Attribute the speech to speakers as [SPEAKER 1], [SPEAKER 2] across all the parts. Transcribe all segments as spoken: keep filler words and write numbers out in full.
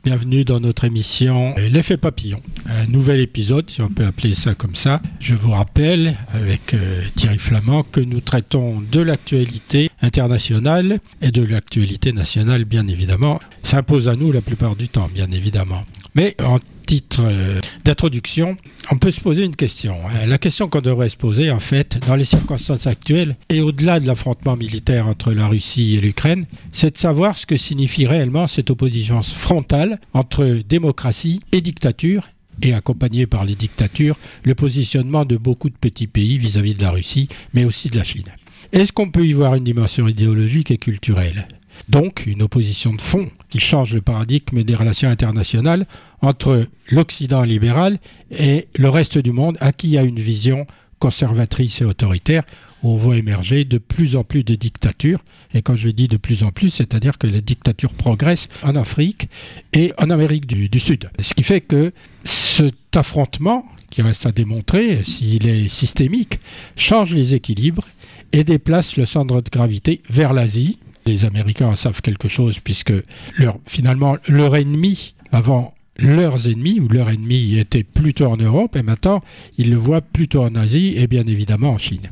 [SPEAKER 1] Bienvenue dans notre émission L'effet papillon, un nouvel épisode, si on peut appeler ça comme ça. Je vous rappelle, avec euh, Thierry Flamand, que nous traitons de l'actualité internationale et de l'actualité nationale, bien évidemment. Ça impose à nous la plupart du temps, bien évidemment. Mais en titre euh, d'introduction, on peut se poser une question. Hein. La question qu'on devrait se poser, en fait, dans les circonstances actuelles, et au-delà de l'affrontement militaire entre la Russie et l'Ukraine, c'est de savoir ce que signifie réellement cette opposition frontale entre démocratie et dictature, et accompagnée par les dictatures, le positionnement de beaucoup de petits pays vis-à-vis de la Russie, mais aussi de la Chine. Est-ce qu'on peut y voir une dimension idéologique et culturelle ? Donc, une opposition de fond qui change le paradigme des relations internationales entre l'Occident libéral et le reste du monde, à qui a une vision conservatrice et autoritaire, où on voit émerger de plus en plus de dictatures. Et quand je dis de plus en plus, c'est-à-dire que les dictatures progressent en Afrique et en Amérique du, du Sud. Ce qui fait que cet affrontement, qui reste à démontrer s'il est systémique, change les équilibres et déplace le centre de gravité vers l'Asie. Les Américains en savent quelque chose puisque leur, finalement leur ennemi, avant leurs ennemis, ou leur ennemi était plutôt en Europe, et maintenant ils le voient plutôt en Asie et bien évidemment en Chine.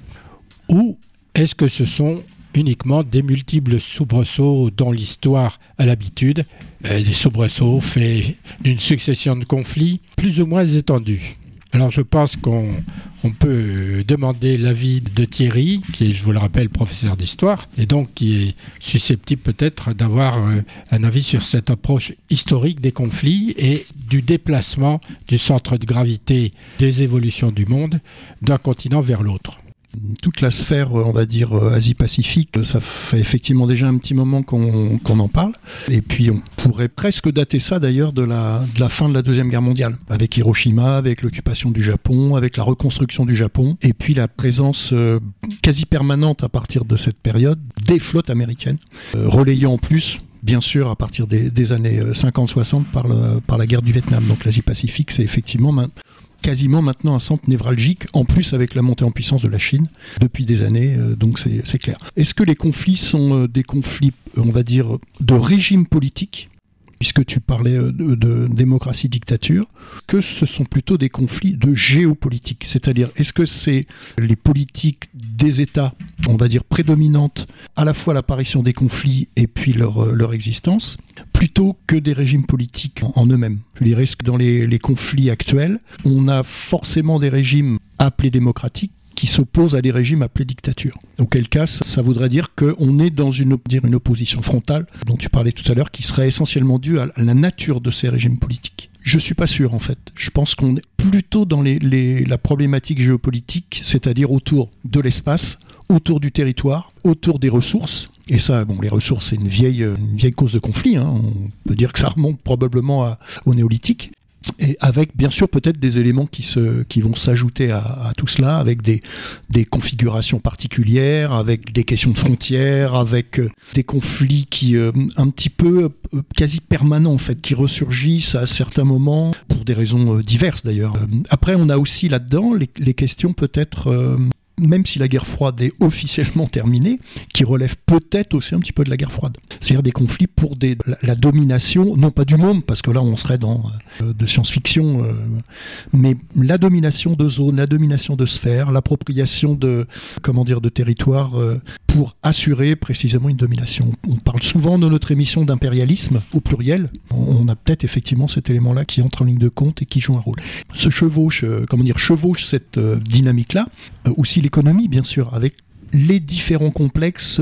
[SPEAKER 1] Ou est-ce que ce sont uniquement des multiples soubresauts dont l'histoire a l'habitude, euh, des soubresauts faits d'une succession de conflits plus ou moins étendus? Alors je pense qu'on on peut demander l'avis de Thierry, qui est, je vous le rappelle, professeur d'histoire, et donc qui est susceptible peut-être d'avoir un avis sur cette approche historique des conflits et du déplacement du centre de gravité des évolutions du monde d'un continent vers l'autre.
[SPEAKER 2] Toute la sphère, on va dire, Asie-Pacifique, ça fait effectivement déjà un petit moment qu'on, qu'on en parle. Et puis on pourrait presque dater ça d'ailleurs de la, de la fin de la Deuxième Guerre mondiale, avec Hiroshima, avec l'occupation du Japon, avec la reconstruction du Japon, et puis la présence euh, quasi permanente à partir de cette période des flottes américaines, euh, relayant en plus, bien sûr, à partir des, des années cinquante soixante par, le, par la guerre du Vietnam. Donc l'Asie-Pacifique, c'est effectivement ma- quasiment maintenant un centre névralgique, en plus avec la montée en puissance de la Chine depuis des années, euh, donc c'est, c'est clair. Est-ce que les conflits sont euh, des conflits, on va dire, de régime politique, puisque tu parlais de, de démocratie-dictature, que ce sont plutôt des conflits de géopolitique, c'est-à-dire est-ce que c'est les politiques des États, on va dire prédominantes, à la fois l'apparition des conflits et puis leur, leur existence, plutôt que des régimes politiques en, en eux-mêmes. Je dirais que dans les, les conflits actuels, on a forcément des régimes appelés démocratiques qui s'opposent à des régimes appelés dictatures. Auquel cas, ça, ça voudrait dire qu'on est dans une, dire une opposition frontale, dont tu parlais tout à l'heure, qui serait essentiellement due à la nature de ces régimes politiques. Je suis pas sûr, en fait. Je pense qu'on est plutôt dans les, les, la problématique géopolitique, c'est-à-dire autour de l'espace, autour du territoire, autour des ressources. Et ça, bon, les ressources, c'est une vieille, une vieille cause de conflit, hein. On peut dire que ça remonte probablement à, au néolithique. Et avec bien sûr peut-être des éléments qui se qui vont s'ajouter à, à tout cela, avec des des configurations particulières, avec des questions de frontières, avec euh, des conflits qui euh, un petit peu euh, quasi permanents en fait, qui ressurgissent à certains moments pour des raisons euh, diverses d'ailleurs. Euh, après, on a aussi là-dedans les, les questions peut-être euh, même si la guerre froide est officiellement terminée, qui relève peut-être aussi un petit peu de la guerre froide. C'est-à-dire des conflits pour des, la, la domination, non pas du monde, parce que là on serait dans euh, de science-fiction, euh, mais la domination de zones, la domination de sphères, l'appropriation de, comment dire, de territoires euh, pour assurer précisément une domination. On parle souvent de notre émission d'impérialisme, au pluriel. On a peut-être effectivement cet élément-là qui entre en ligne de compte et qui joue un rôle. Ce chevauche, euh, comment dire, chevauche cette euh, dynamique-là, euh, aussi l'économie, bien sûr, avec les différents complexes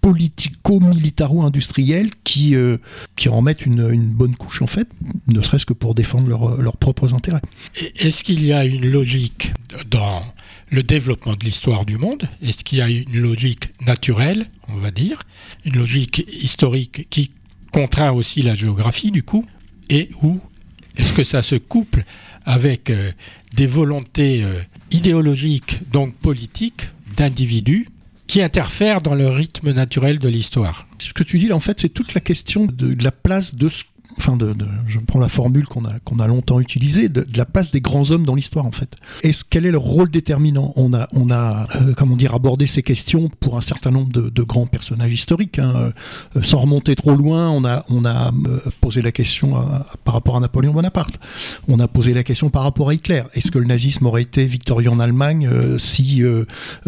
[SPEAKER 2] politico-militaro-industriels qui, euh, qui en mettent une, une bonne couche, en fait, ne serait-ce que pour défendre leur, leurs propres intérêts.
[SPEAKER 1] Est-ce qu'il y a une logique dans le développement de l'histoire du monde? Est-ce qu'il y a une logique naturelle, on va dire, une logique historique qui contraint aussi la géographie, du coup, et où est-ce que ça se couple avec euh, des volontés euh, idéologiques, donc politiques, d'individus qui interfèrent dans le rythme naturel de l'histoire?
[SPEAKER 2] Ce que tu dis là, en fait, c'est toute la question de, de la place de ce enfin, de, de, je prends la formule qu'on a, qu'on a longtemps utilisée, de, de la place des grands hommes dans l'histoire, en fait. Est-ce, quel est leur rôle déterminant? On a, on a euh, comment dire, abordé ces questions pour un certain nombre de, de grands personnages historiques. Hein. Euh, sans remonter trop loin, on a, on a euh, posé la question à, à, par rapport à Napoléon Bonaparte. On a posé la question par rapport à Hitler. Est-ce que le nazisme aurait été victorieux en Allemagne euh, si euh,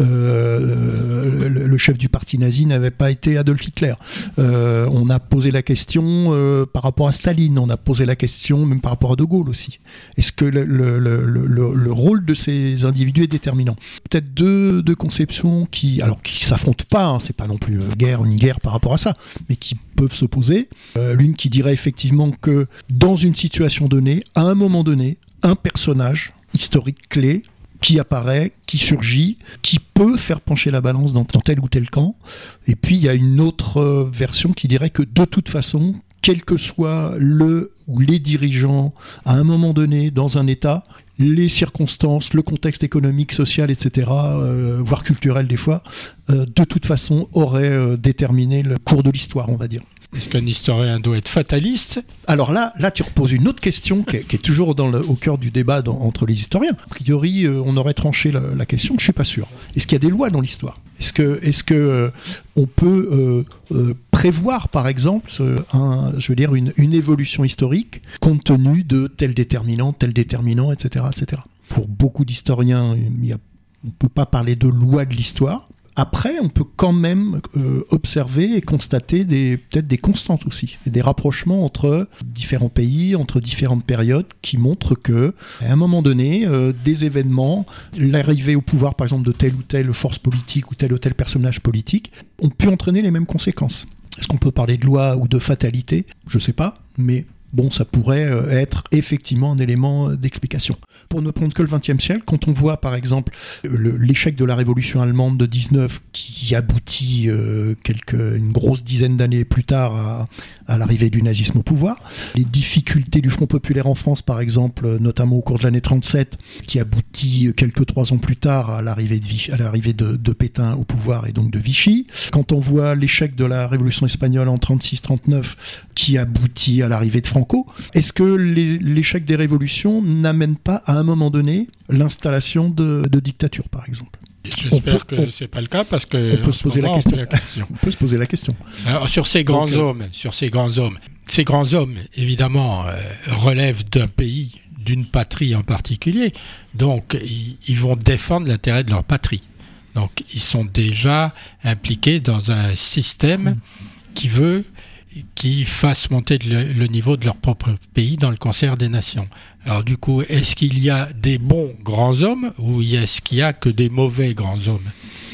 [SPEAKER 2] euh, le, le chef du parti nazi n'avait pas été Adolf Hitler? euh, On a posé la question euh, par rapport à Staline. On a posé la question même par rapport à De Gaulle aussi. Est-ce que le, le, le, le, le rôle de ces individus est déterminant? Peut-être deux, deux conceptions qui, alors qui s'affrontent pas. Hein, c'est pas non plus une guerre, une guerre par rapport à ça, mais qui peuvent s'opposer. Euh, l'une qui dirait effectivement que dans une situation donnée, à un moment donné, un personnage historique clé qui apparaît, qui surgit, qui peut faire pencher la balance dans, dans tel ou tel camp. Et puis il y a une autre euh, version qui dirait que de toute façon, quel que soit le ou les dirigeants, à un moment donné, dans un État, les circonstances, le contexte économique, social, et cetera, euh, voire culturel des fois, euh, de toute façon auraient euh, déterminé le cours de l'histoire, on va dire.
[SPEAKER 1] Est-ce qu'un historien doit être fataliste?
[SPEAKER 2] Alors là, là, tu reposes une autre question qui est, qui est toujours dans le, au cœur du débat dans, entre les historiens. A priori, euh, on aurait tranché la, la question, je suis pas sûr. Est-ce qu'il y a des lois dans l'histoire? Est-ce que, est-ce que euh, on peut euh, euh, prévoir, par exemple, un, je veux dire, une, une évolution historique compte tenu de tel déterminant, tel déterminant, et cetera, et cetera. Pour beaucoup d'historiens, il y a, on ne peut pas parler de loi de l'histoire. Après, on peut quand même euh, observer et constater des, peut-être des constantes aussi, et des rapprochements entre différents pays, entre différentes périodes, qui montrent que, à un moment donné, euh, des événements, l'arrivée au pouvoir, par exemple, de telle ou telle force politique ou tel ou tel personnage politique, ont pu entraîner les mêmes conséquences. Est-ce qu'on peut parler de loi ou de fatalité? Je ne sais pas, mais bon, ça pourrait être effectivement un élément d'explication. Pour ne prendre que le vingtième siècle, quand on voit par exemple le, l'échec de la révolution allemande de dix-neuf qui aboutit euh, quelques, une grosse dizaine d'années plus tard à, à l'arrivée du nazisme au pouvoir, les difficultés du Front populaire en France par exemple, notamment au cours de l'année trente-sept, qui aboutit quelques trois ans plus tard à l'arrivée de, Vichy, à l'arrivée de, de Pétain au pouvoir et donc de Vichy. Quand on voit l'échec de la révolution espagnole en trente-six trente-neuf qui aboutit à l'arrivée de Franco, est-ce que les, l'échec des révolutions n'amène pas à un moment donné l'installation de, de dictatures par exemple?
[SPEAKER 1] J'espère peut, que on, c'est pas le cas parce que
[SPEAKER 2] on peut se poser la question.
[SPEAKER 1] la question.
[SPEAKER 2] On peut se poser la question.
[SPEAKER 1] Alors sur ces grands Donc, hommes, sur ces grands hommes, ces grands hommes évidemment euh, relèvent d'un pays, d'une patrie en particulier. Donc ils, ils vont défendre l'intérêt de leur patrie. Donc ils sont déjà impliqués dans un système mmh. qui veut qui fasse monter le, le niveau de leur propre pays dans le concert des nations. Alors du coup, est-ce qu'il y a des bons grands hommes ou est-ce qu'il y a que des mauvais grands hommes?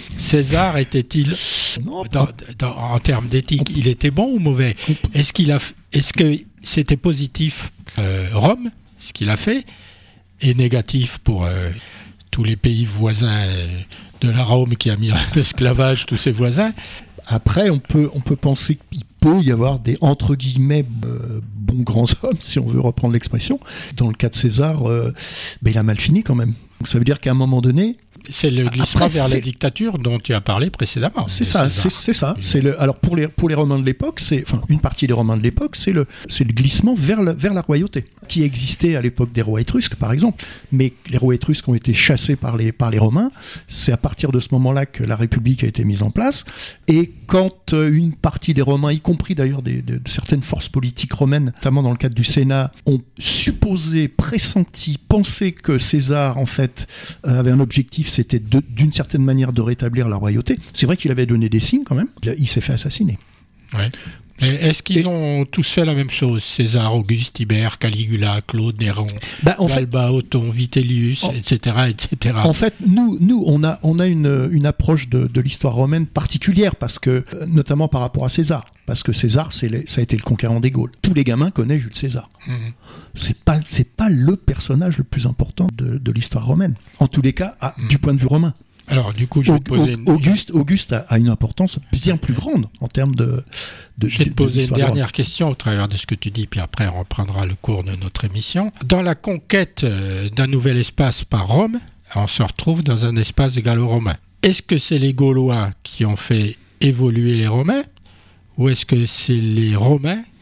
[SPEAKER 1] César était-il, non, dans, dans, en termes d'éthique, il était bon ou mauvais? Est-ce qu'il a, est-ce que c'était positif euh, Rome, ce qu'il a fait, et négatif pour euh, tous les pays voisins euh, de la Rome qui a mis en esclavage tous ses voisins?
[SPEAKER 2] Après, on peut, on peut penser qu'il peut y avoir des, entre guillemets, euh, bons grands hommes, si on veut reprendre l'expression. Dans le cas de César, euh, ben, il a mal fini quand même. Donc ça veut dire qu'à un moment donné...
[SPEAKER 1] C'est le glissement Après, vers c'est... la dictature dont tu as parlé précédemment.
[SPEAKER 2] C'est ça, c'est, c'est ça. C'est le, alors pour les, pour les Romains de l'époque, c'est, enfin une partie des Romains de l'époque, c'est le, c'est le glissement vers la, vers la royauté, qui existait à l'époque des rois étrusques, par exemple. Mais les rois étrusques ont été chassés par les, par les Romains. C'est à partir de ce moment-là que la République a été mise en place. Et quand une partie des Romains, y compris d'ailleurs des, de, de certaines forces politiques romaines, notamment dans le cadre du Sénat, ont supposé, pressenti, pensé que César, en fait, avait un objectif, c'était de, d'une certaine manière de rétablir la royauté. C'est vrai qu'il avait donné des signes quand même. Il, il s'est fait assassiner.
[SPEAKER 1] Ouais. Mais est-ce qu'ils Et... ont tous fait la même chose? César, Auguste, Tibère, Caligula, Claude, Néron, bah, Galba, fait... Othon, Vitellius, en... et cetera, et cetera.
[SPEAKER 2] En fait, nous, nous on a, on a une, une approche de, de l'histoire romaine particulière, parce que, notamment par rapport à César. Parce que César, c'est les, ça a été le conquérant des Gaules. Tous les gamins connaissent Jules César. Mmh. C'est pas, c'est pas le personnage le plus important de, de l'histoire romaine. En tous les cas, à, mmh. du point de vue romain.
[SPEAKER 1] Alors, du coup, je vais te poser une...
[SPEAKER 2] Auguste, Auguste a, a une importance bien plus grande en termes de, de
[SPEAKER 1] Je vais te
[SPEAKER 2] de,
[SPEAKER 1] poser
[SPEAKER 2] de
[SPEAKER 1] une dernière question au travers de ce que tu dis, puis après on reprendra le cours de notre émission. Dans la conquête d'un nouvel espace par Rome, on se retrouve dans un espace gallo-romain. Est-ce que c'est les Gaulois qui ont fait évoluer les Romains, ou est-ce que c'est les Romains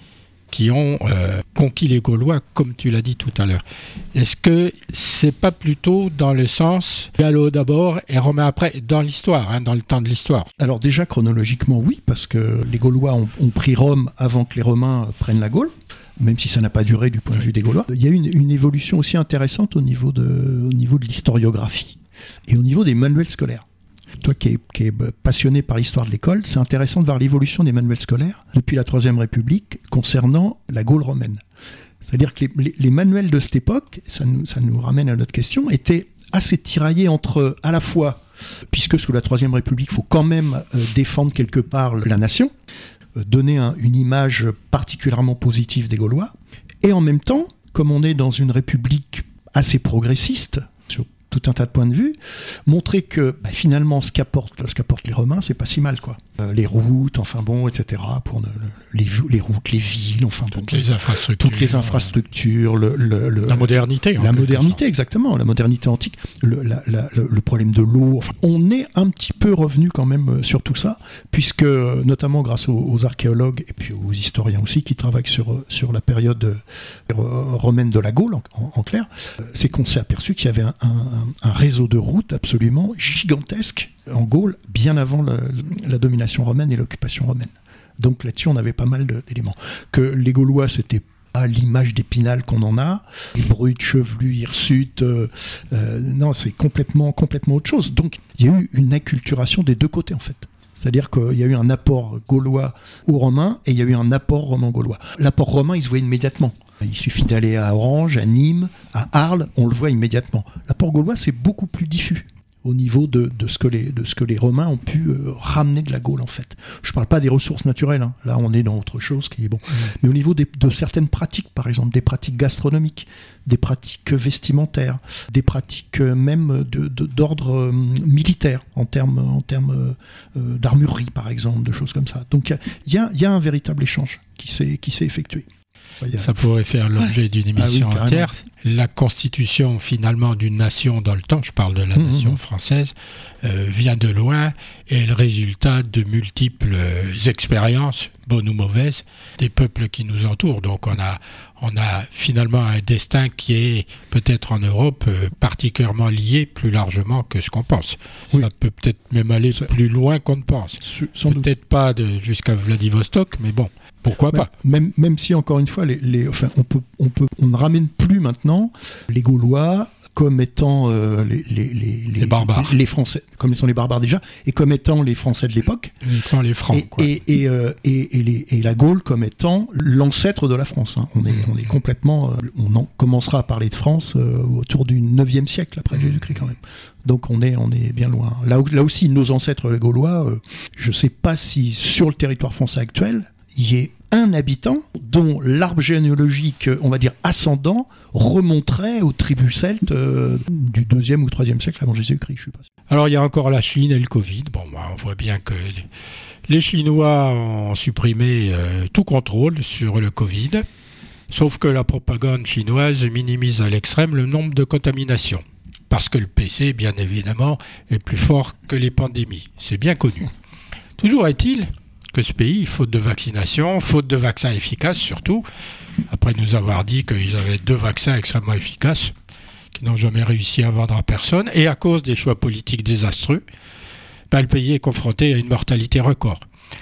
[SPEAKER 1] qui ont euh, conquis les Gaulois, comme tu l'as dit tout à l'heure. Est-ce que c'est pas plutôt dans le sens Gallo d'abord et Romain après, dans l'histoire, hein, dans le temps de l'histoire?
[SPEAKER 2] Alors déjà chronologiquement oui, parce que les Gaulois ont, ont pris Rome avant que les Romains prennent la Gaule, même si ça n'a pas duré du point de vue des Gaulois. Il y a eu une, une évolution aussi intéressante au niveau de, au niveau de l'historiographie et au niveau des manuels scolaires. Toi qui es, qui es passionné par l'histoire de l'école, c'est intéressant de voir l'évolution des manuels scolaires depuis la Troisième République concernant la Gaule romaine. C'est-à-dire que les, les, les manuels de cette époque, ça nous, ça nous ramène à notre question, étaient assez tiraillés entre à la fois, puisque sous la Troisième République, il faut quand même euh, défendre quelque part la nation, euh, donner un, une image particulièrement positive des Gaulois, et en même temps, comme on est dans une république assez progressiste, sur tout un tas de points de vue, montrer que bah, finalement ce qu'apportent, ce qu'apportent les Romains, c'est pas si mal, quoi. Euh, les routes, enfin bon, et cetera. Pour le, les, les routes, les villes, enfin
[SPEAKER 1] toutes
[SPEAKER 2] bon,
[SPEAKER 1] les infrastructures,
[SPEAKER 2] toutes les infrastructures, le, le, le,
[SPEAKER 1] la modernité,
[SPEAKER 2] la modernité, exactement, la modernité antique, le, la, la, le, le problème de l'eau. Enfin, on est un petit peu revenu quand même sur tout ça, puisque notamment grâce aux, aux archéologues et puis aux historiens aussi qui travaillent sur sur la période romaine de la Gaule, en, en, en clair, c'est qu'on s'est aperçu qu'il y avait un, un, un réseau de routes absolument gigantesque en Gaule, bien avant la, la domination romaine et l'occupation romaine. Donc là-dessus, on avait pas mal de, d'éléments. Que les Gaulois, c'était pas l'image d'Épinal qu'on en a, les brutes, chevelus, hirsutes, euh, euh, non, c'est complètement, complètement autre chose. Donc il y a eu une acculturation des deux côtés, en fait. C'est-à-dire qu'il y a eu un apport gaulois aux Romains et il y a eu un apport romain-gaulois. L'apport romain, il se voit immédiatement. Il suffit d'aller à Orange, à Nîmes, à Arles, on le voit immédiatement. L'apport gaulois, c'est beaucoup plus diffus au niveau de, de, ce que les, de ce que les Romains ont pu euh, ramener de la Gaule, en fait. Je ne parle pas des ressources naturelles, hein. Là on est dans autre chose qui est bon. Mmh. Mais au niveau des, de certaines pratiques, par exemple, des pratiques gastronomiques, des pratiques vestimentaires, des pratiques même de, de, d'ordre euh, militaire, en termes, en termes euh, d'armurerie, par exemple, de choses comme ça. Donc il y a, y a un véritable échange qui s'est, qui s'est effectué.
[SPEAKER 1] Ça pourrait faire l'objet d'une émission ah oui, entière. La constitution finalement d'une nation dans le temps, je parle de la mmh, nation mmh. française, euh, vient de loin et est le résultat de multiples expériences, bonnes ou mauvaises, des peuples qui nous entourent. Donc on a, on a finalement un destin qui est peut-être en Europe euh, particulièrement lié plus largement que ce qu'on pense. Oui. Ça peut peut-être même aller C'est... plus loin qu'on ne pense. Sans peut-être doute. Pas de, jusqu'à Vladivostok, mais bon. Pourquoi
[SPEAKER 2] même,
[SPEAKER 1] pas
[SPEAKER 2] même, même si, encore une fois, les, les, enfin, on, peut, on, peut, on ne ramène plus maintenant les Gaulois comme étant euh, les, les, les,
[SPEAKER 1] les barbares.
[SPEAKER 2] Les, les Français, comme étant les barbares déjà, et comme étant les Français de l'époque.
[SPEAKER 1] Étant les Francs,
[SPEAKER 2] et,
[SPEAKER 1] quoi.
[SPEAKER 2] Et, et, euh, et, et, les, et la Gaule comme étant l'ancêtre de la France. Hein. On, est, on est complètement... Euh, on en commencera à parler de France euh, autour du neuvième siècle, après mmh. Jésus-Christ quand même. Donc on est, on est bien loin. Là, là aussi, nos ancêtres les Gaulois, euh, je ne sais pas si sur le territoire français actuel, il y ait un habitant dont l'arbre généalogique, on va dire ascendant, remonterait aux tribus celtes euh, du deuxième ou troisième siècle avant Jésus-Christ, je suis pas sûr.
[SPEAKER 1] Alors il y a encore la Chine et le Covid. Bon, bah, on voit bien que les Chinois ont supprimé euh, tout contrôle sur le Covid, sauf que la propagande chinoise minimise à l'extrême le nombre de contaminations. Parce que le P C, bien évidemment, est plus fort que les pandémies. C'est bien connu. Toujours est-il que ce pays, faute de vaccination, faute de vaccins efficaces surtout, après nous avoir dit qu'ils avaient deux vaccins extrêmement efficaces, qui n'ont jamais réussi à vendre à personne, et à cause des choix politiques désastreux, ben, le pays est confronté à une mortalité record.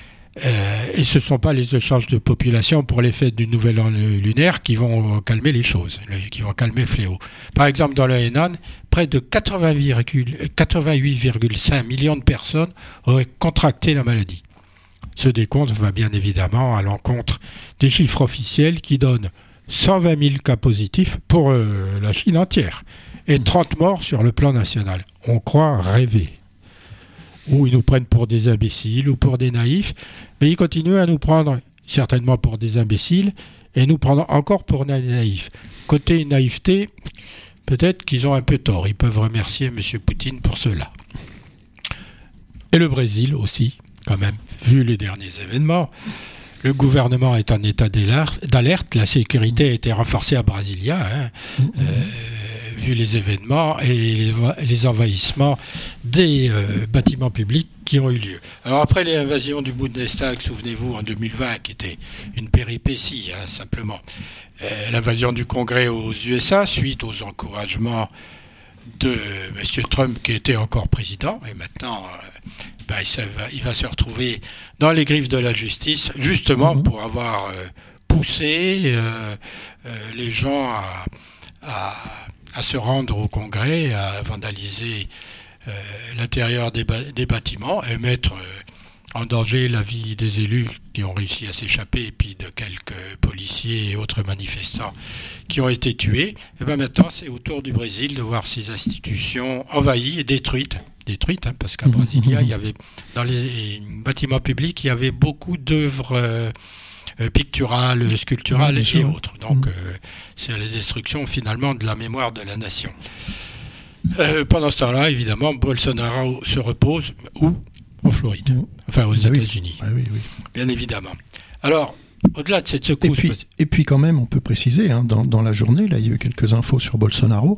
[SPEAKER 1] Euh, et ce ne sont pas les échanges de population pour les fêtes du Nouvel An lunaire qui vont calmer les choses, qui vont calmer le fléau. Par exemple, dans le Henan, près de quatre-vingt-huit virgule cinq millions de personnes auraient contracté la maladie. Ce décompte va bien évidemment à l'encontre des chiffres officiels qui donnent cent vingt mille cas positifs pour euh, la Chine entière et trente morts sur le plan national. On croit rêver. Ou ils nous prennent pour des imbéciles ou pour des naïfs, mais ils continuent à nous prendre certainement pour des imbéciles et nous prendre encore pour des naïfs. Côté naïveté, peut-être qu'ils ont un peu tort. Ils peuvent remercier M. Poutine pour cela. Et le Brésil aussi. Quand même, vu les derniers événements, le gouvernement est en état d'alerte, la sécurité a été renforcée à Brasilia, hein. euh, vu les événements et les, les envahissements des euh, bâtiments publics qui ont eu lieu. Alors après l'invasion du Bundestag, souvenez-vous, en deux mille vingt, qui était une péripétie, hein, simplement, euh, l'invasion du Congrès aux U S A, suite aux encouragements de M. Trump, qui était encore président, et maintenant euh, ben, il, va, il va se retrouver dans les griffes de la justice, justement mmh. pour avoir euh, poussé euh, euh, les gens à, à, à se rendre au Congrès, à vandaliser euh, l'intérieur des, ba- des bâtiments et mettre euh, en danger la vie des élus qui ont réussi à s'échapper, et puis de quelques policiers et autres manifestants qui ont été tués. Et bien maintenant, c'est au tour du Brésil de voir ces institutions envahies et détruites. Détruites, hein, parce qu'à Brasilia, il y avait, dans les bâtiments publics, il y avait beaucoup d'œuvres euh, euh, picturales, sculpturales oui, et sûr. autres. Donc, euh, c'est la destruction, finalement, de la mémoire de la nation. Euh, pendant ce temps-là, évidemment, Bolsonaro se repose où ? En Floride, enfin aux ah États-Unis,
[SPEAKER 2] oui. Ah oui, oui.
[SPEAKER 1] bien évidemment. Alors, au-delà de cette secousse...
[SPEAKER 2] Et puis, et puis quand même, on peut préciser, hein, dans, dans la journée, là, il y a eu quelques infos sur Bolsonaro,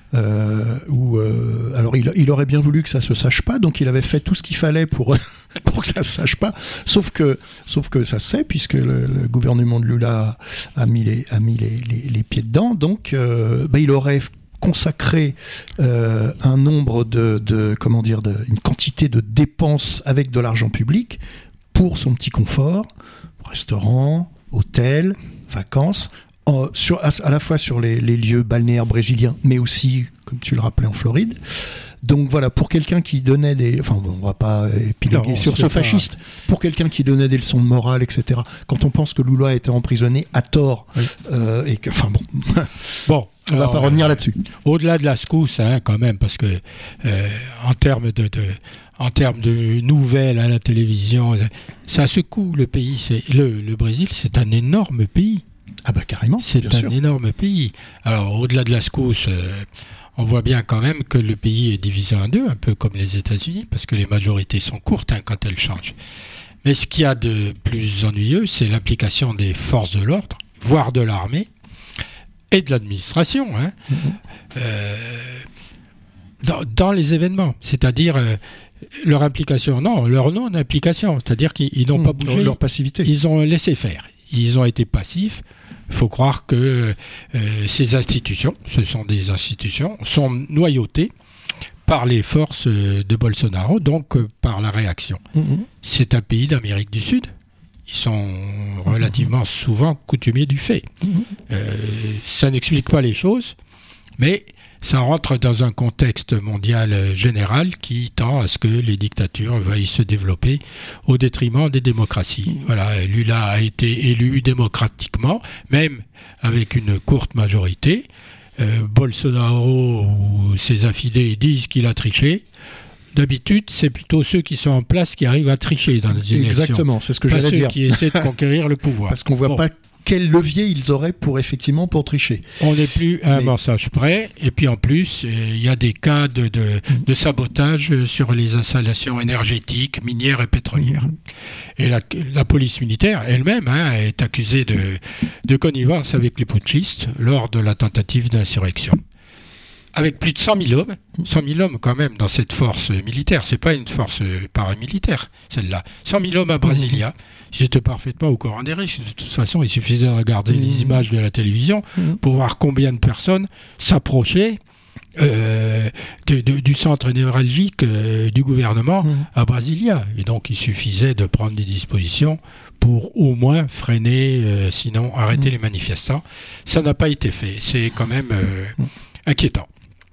[SPEAKER 2] euh, où, euh, alors il, il aurait bien voulu que ça se sache pas, donc il avait fait tout ce qu'il fallait pour, pour que ça se sache pas, sauf que, sauf que ça se sait, puisque le, le gouvernement de Lula a mis les, a mis les, les, les pieds dedans, donc euh, bah, il aurait... consacrer euh, un nombre de, de comment dire, de, une quantité de dépenses avec de l'argent public pour son petit confort, restaurant, hôtel, vacances, en, sur, à, à la fois sur les, les lieux balnéaires brésiliens, mais aussi, comme tu le rappelais, en Floride. Donc voilà, pour quelqu'un qui donnait des... Enfin, bon, on va pas épiloguer non, sur ce fasciste. Pas... Pour quelqu'un qui donnait des leçons de morale, et cetera. Quand on pense que Lula a été emprisonné à tort, oui. euh, et que... Enfin bon...
[SPEAKER 1] Bon.
[SPEAKER 2] On ne va pas revenir là-dessus.
[SPEAKER 1] Au-delà de la secousse, hein, quand même, parce que euh, en termes de, de, en termes de nouvelles à la télévision, ça secoue le pays. C'est, le, le Brésil, c'est un énorme pays.
[SPEAKER 2] Ah bah carrément,
[SPEAKER 1] c'est
[SPEAKER 2] bien
[SPEAKER 1] un
[SPEAKER 2] sûr.
[SPEAKER 1] énorme pays. Alors, au-delà de la secousse, euh, on voit bien quand même que le pays est divisé en deux, un peu comme les États-Unis, parce que les majorités sont courtes hein, quand elles changent. Mais ce qu'il y a de plus ennuyeux, c'est l'implication des forces de l'ordre, voire de l'armée, et de l'administration, hein, mmh. euh, dans, dans les événements, c'est-à-dire euh, leur implication, non, leur non-implication, c'est-à-dire qu'ils n'ont mmh. pas bougé,
[SPEAKER 2] leur passivité.
[SPEAKER 1] Ils ont laissé faire, ils ont été passifs. Il faut croire que euh, ces institutions, ce sont des institutions, sont noyautées par les forces de Bolsonaro, donc euh, par la réaction. Mmh. C'est un pays d'Amérique du Sud. Ils sont relativement souvent coutumiers du fait. Euh, ça n'explique pas les choses, mais ça rentre dans un contexte mondial général qui tend à ce que les dictatures veuillent se développer au détriment des démocraties. Voilà, Lula a été élu démocratiquement, même avec une courte majorité. Euh, Bolsonaro ou ses affidés disent qu'il a triché. D'habitude, c'est plutôt ceux qui sont en place qui arrivent à tricher dans les élections.
[SPEAKER 2] Exactement, c'est ce que
[SPEAKER 1] pas
[SPEAKER 2] j'allais
[SPEAKER 1] ceux
[SPEAKER 2] dire.
[SPEAKER 1] Qui essaient de conquérir le pouvoir.
[SPEAKER 2] Parce qu'on ne voit bon. pas quel levier ils auraient pour effectivement pour tricher.
[SPEAKER 1] On n'est plus à un mensage près, et puis en plus, il euh, y a des cas de, de, mmh. de sabotage sur les installations énergétiques, minières et pétrolières. Mmh. Et la, la police militaire elle-même hein, est accusée de, de connivence avec les putschistes lors de la tentative d'insurrection. Avec plus de cent mille hommes, cent mille hommes quand même dans cette force militaire, c'est pas une force paramilitaire, celle-là. cent mille hommes à Brasilia, ils étaient parfaitement au courant des risques. De toute façon, il suffisait de regarder mmh. les images de la télévision mmh. pour voir combien de personnes s'approchaient euh, de, de, du centre névralgique euh, du gouvernement mmh. à Brasilia. Et donc, il suffisait de prendre des dispositions pour au moins freiner, euh, sinon arrêter mmh. les manifestants. Ça n'a pas été fait. C'est quand même euh, inquiétant.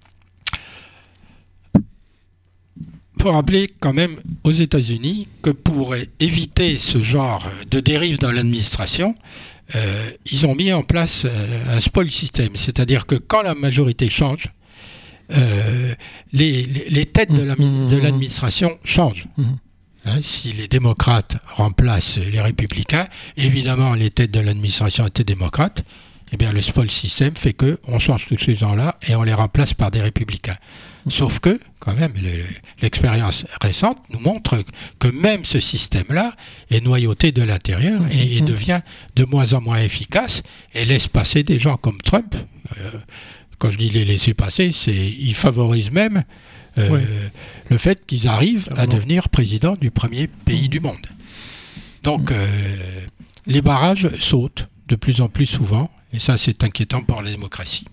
[SPEAKER 1] Il faut rappeler quand même aux États-Unis que pour éviter ce genre de dérive dans l'administration, euh, ils ont mis en place euh, un spoil system, c'est-à-dire que quand la majorité change, euh, les, les, les têtes de, la, de l'administration changent. Hein, si les démocrates remplacent les républicains, évidemment les têtes de l'administration étaient démocrates, eh bien le spoil system fait qu'on change tous ces gens-là et on les remplace par des républicains. Sauf que, quand même, l'expérience récente nous montre que même ce système-là est noyauté de l'intérieur et, et devient de moins en moins efficace et laisse passer des gens comme Trump, euh, quand je dis les laisser passer, c'est ils favorisent même euh, ouais. le fait qu'ils arrivent ah, à non. devenir président du premier pays mmh. du monde. Donc, mmh. euh, les barrages sautent de plus en plus souvent, et ça, c'est inquiétant pour la démocratie.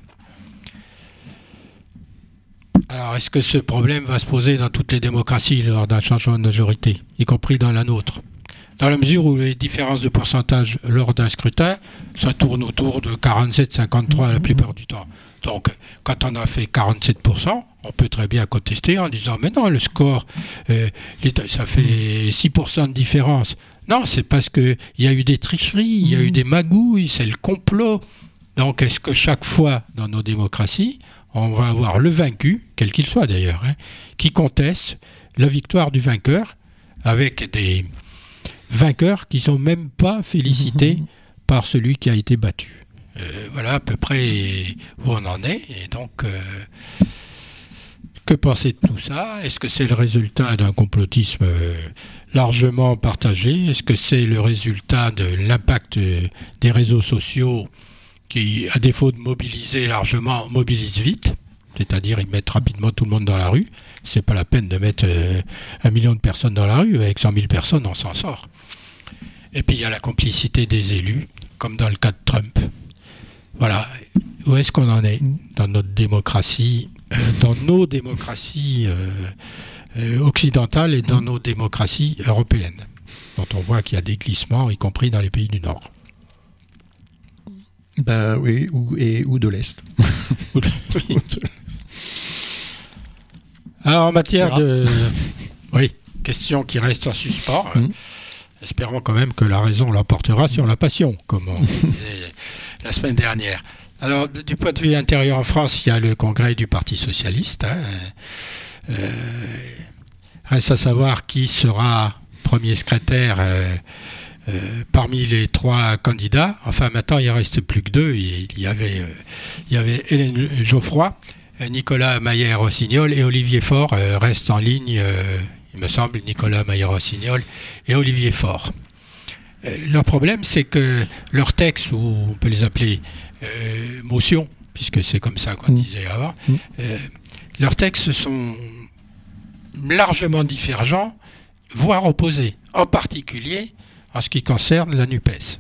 [SPEAKER 1] Alors, est-ce que ce problème va se poser dans toutes les démocraties lors d'un changement de majorité, y compris dans la nôtre ? Dans la mesure où les différences de pourcentage lors d'un scrutin, ça tourne autour de quarante-sept à cinquante-trois la plupart du temps. Donc, quand on a fait quarante-sept pour cent, on peut très bien contester en disant « Mais non, le score, euh, ça fait six pour cent de différence. » Non, c'est parce qu'il y a eu des tricheries, il y a eu des magouilles, c'est le complot. Donc, est-ce que chaque fois dans nos démocraties, on va avoir le vaincu, quel qu'il soit d'ailleurs, hein, qui conteste la victoire du vainqueur avec des vainqueurs qui ne sont même pas félicités mmh. par celui qui a été battu. Euh, voilà à peu près où on en est. Et donc, euh, que penser de tout ça ? Est-ce que c'est le résultat d'un complotisme euh, largement partagé ? Est-ce que c'est le résultat de l'impact euh, des réseaux sociaux qui, à défaut de mobiliser largement, mobilisent vite ? C'est-à-dire, ils mettent rapidement tout le monde dans la rue. C'est pas la peine de mettre euh, un million de personnes dans la rue. Avec cent mille personnes, on s'en sort. Et puis, il y a la complicité des élus, comme dans le cas de Trump. Voilà. Où est-ce qu'on en est dans notre démocratie, euh, dans nos démocraties euh, euh, occidentales et dans nos démocraties européennes, dont on voit qu'il y a des glissements, y compris dans les pays du Nord.
[SPEAKER 2] Ben oui, ou, et, ou de l'Est.
[SPEAKER 1] Ou de, oui. Alors, en matière de... Oui, question qui reste en suspens. Mmh. Espérons quand même que la raison l'emportera sur la passion, comme on disait la semaine dernière. Alors, du point de vue intérieur en France, il y a le congrès du Parti socialiste. Hein. Euh, reste à savoir qui sera premier secrétaire euh, euh, parmi les trois candidats. Enfin, maintenant, il ne reste plus que deux. Il y avait, euh, il y avait Hélène Geoffroy, Nicolas Maillère-Rossignol et Olivier Faure euh, restent en ligne, euh, il me semble, Nicolas Maillère-Rossignol et Olivier Faure. Euh, leur problème, c'est que leurs textes, ou on peut les appeler euh, motions, puisque c'est comme ça qu'on mmh. disait avant, mmh. euh, leurs textes sont largement divergents, voire opposés, en particulier en ce qui concerne la NUPES.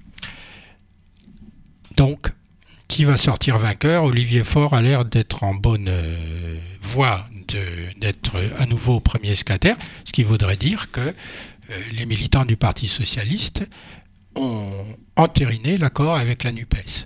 [SPEAKER 1] Donc, qui va sortir vainqueur ? Olivier Faure a l'air d'être en bonne euh, voie de, d'être à nouveau premier secrétaire, ce qui voudrait dire que euh, les militants du Parti socialiste ont entériné l'accord avec la NUPES.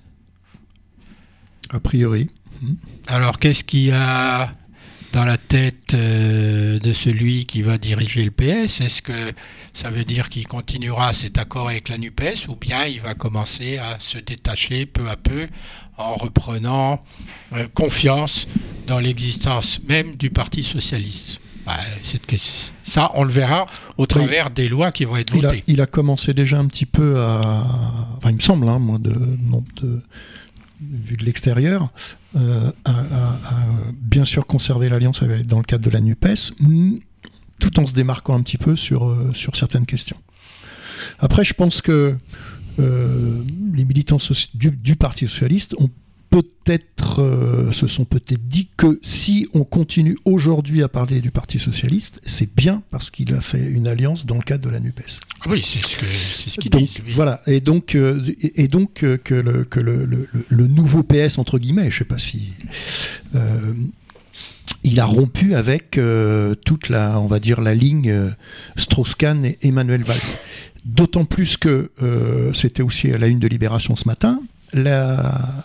[SPEAKER 2] A priori. Mmh.
[SPEAKER 1] Alors, qu'est-ce qu'il y a dans la tête euh, de celui qui va diriger le P S ? Est-ce que ça veut dire qu'il continuera cet accord avec la NUPES ou bien il va commencer à se détacher peu à peu en reprenant euh, confiance dans l'existence même du Parti socialiste ? Bah, cette question, ça, on le verra au travers oui. des lois qui vont être
[SPEAKER 2] il
[SPEAKER 1] votées.
[SPEAKER 2] A, il a commencé déjà un petit peu à... Enfin, il me semble, hein, moi, de... Non, de... vu de l'extérieur, euh, à, à, à bien sûr conserver l'alliance avec, dans le cadre de la NUPES, tout en se démarquant un petit peu sur, euh, sur certaines questions. Après, je pense que euh, les militants soci- du, du Parti socialiste ont peut-être, euh, se sont peut-être dit que si on continue aujourd'hui à parler du Parti socialiste, c'est bien parce qu'il a fait une alliance dans le cadre de la NUPES.
[SPEAKER 1] Ah oui, c'est ce que c'est ce qu'ils
[SPEAKER 2] donc,
[SPEAKER 1] disent. Oui.
[SPEAKER 2] Voilà, et donc euh, et, et donc euh, que le que le, le, le nouveau P S entre guillemets, je sais pas si euh, il a rompu avec euh, toute la, on va dire la ligne euh, Strauss-Kahn et Emmanuel Valls. D'autant plus que euh, c'était aussi à la une de Libération ce matin. La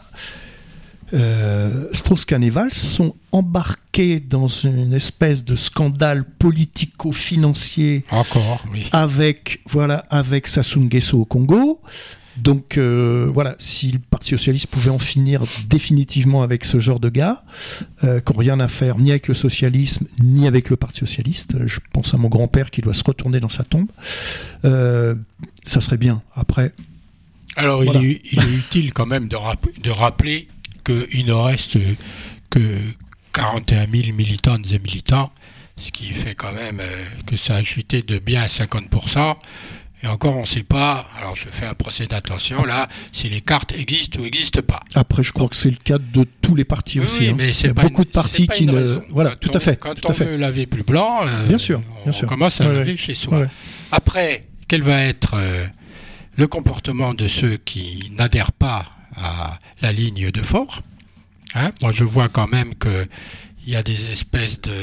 [SPEAKER 2] Euh, Strauss-Kahn et Valls sont embarqués dans une espèce de scandale politico-financier.
[SPEAKER 1] Encore, oui.
[SPEAKER 2] Avec, voilà, avec Sassou Nguesso au Congo. Donc, euh, voilà, si le Parti socialiste pouvait en finir définitivement avec ce genre de gars, euh, qui n'ont rien à faire ni avec le socialisme, ni avec le Parti socialiste, je pense à mon grand-père qui doit se retourner dans sa tombe, euh, ça serait bien. Après.
[SPEAKER 1] Alors, voilà. il, est, il est utile quand même de, rap- de rappeler qu'il ne reste que quarante et un mille militantes et militants, ce qui fait quand même euh, que ça a chuté de bien cinquante pour cent. Et encore, on ne sait pas, alors je fais un procès d'intention là, si les cartes existent ou n'existent pas.
[SPEAKER 2] Après, je crois Donc, que c'est le cas de tous les partis
[SPEAKER 1] oui,
[SPEAKER 2] aussi.
[SPEAKER 1] Oui,
[SPEAKER 2] hein.
[SPEAKER 1] mais c'est
[SPEAKER 2] Il y a
[SPEAKER 1] pas
[SPEAKER 2] beaucoup
[SPEAKER 1] une,
[SPEAKER 2] de partis qui ne...
[SPEAKER 1] Raison.
[SPEAKER 2] Voilà,
[SPEAKER 1] quand
[SPEAKER 2] tout
[SPEAKER 1] on,
[SPEAKER 2] à fait.
[SPEAKER 1] Quand
[SPEAKER 2] tout
[SPEAKER 1] on
[SPEAKER 2] à fait.
[SPEAKER 1] veut laver plus blanc, euh,
[SPEAKER 2] bien sûr,
[SPEAKER 1] on,
[SPEAKER 2] bien sûr.
[SPEAKER 1] on commence à
[SPEAKER 2] ouais,
[SPEAKER 1] laver
[SPEAKER 2] ouais.
[SPEAKER 1] chez soi.
[SPEAKER 2] Ouais.
[SPEAKER 1] Après, quel va être euh, le comportement de ceux qui n'adhèrent pas à la ligne de Faure, hein? Moi, je vois quand même qu'il y a des espèces de...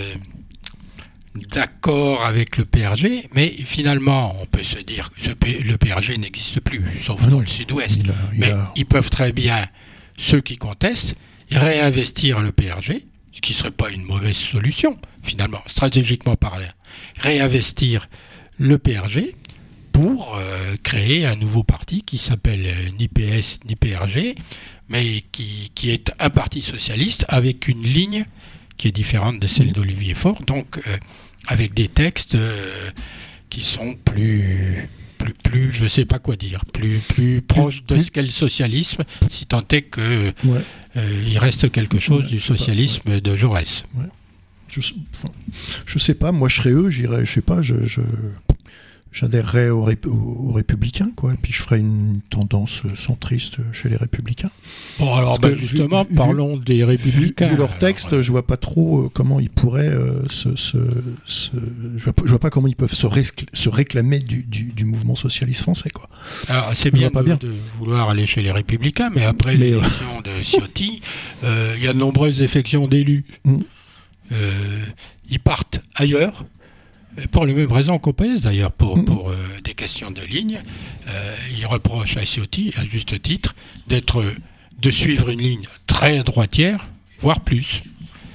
[SPEAKER 1] d'accord avec le P R G, mais finalement, on peut se dire que ce P- le P R G n'existe plus, sauf ah dans non, le sud-ouest. Il a, il mais a... ils peuvent très bien, ceux qui contestent, réinvestir le P R G, ce qui ne serait pas une mauvaise solution, finalement, stratégiquement parlant. Réinvestir le P R G pour euh, créer un nouveau parti qui s'appelle euh, ni P S ni P R G, mais qui, qui est un parti socialiste avec une ligne qui est différente de celle d'Olivier Faure, donc euh, avec des textes euh, qui sont plus, plus, plus, je sais pas quoi dire, plus, plus proches de ce qu'est le socialisme, si tant est que ouais. euh, il reste quelque chose ouais, du socialisme pas, ouais. de Jaurès.
[SPEAKER 2] Ouais. Je, enfin, je sais pas, moi je serais eux, j'irais, je sais pas, je, je j'adhérerais aux, ré, aux, aux Républicains, quoi, et puis je ferais une tendance centriste chez les Républicains.
[SPEAKER 1] Bon, alors bah, justement, vu, parlons vu, des Républicains.
[SPEAKER 2] Vu, vu leur texte, alors, ouais. je vois pas trop euh, comment ils pourraient euh, se, se, se je, vois, je vois pas comment ils peuvent se, récl- se réclamer du, du, du mouvement socialiste français, quoi.
[SPEAKER 1] Alors c'est bien, pas de, bien de vouloir aller chez les Républicains, mais après mais l'élection euh... de Ciotti, il euh, y a de nombreuses défections d'élus. Mm. Euh, ils partent ailleurs. Pour les mêmes raisons qu'au P S d'ailleurs, pour, mmh. pour euh, des questions de ligne, euh, il reproche à Ciotti, à juste titre, d'être, de suivre une ligne très droitière, voire plus.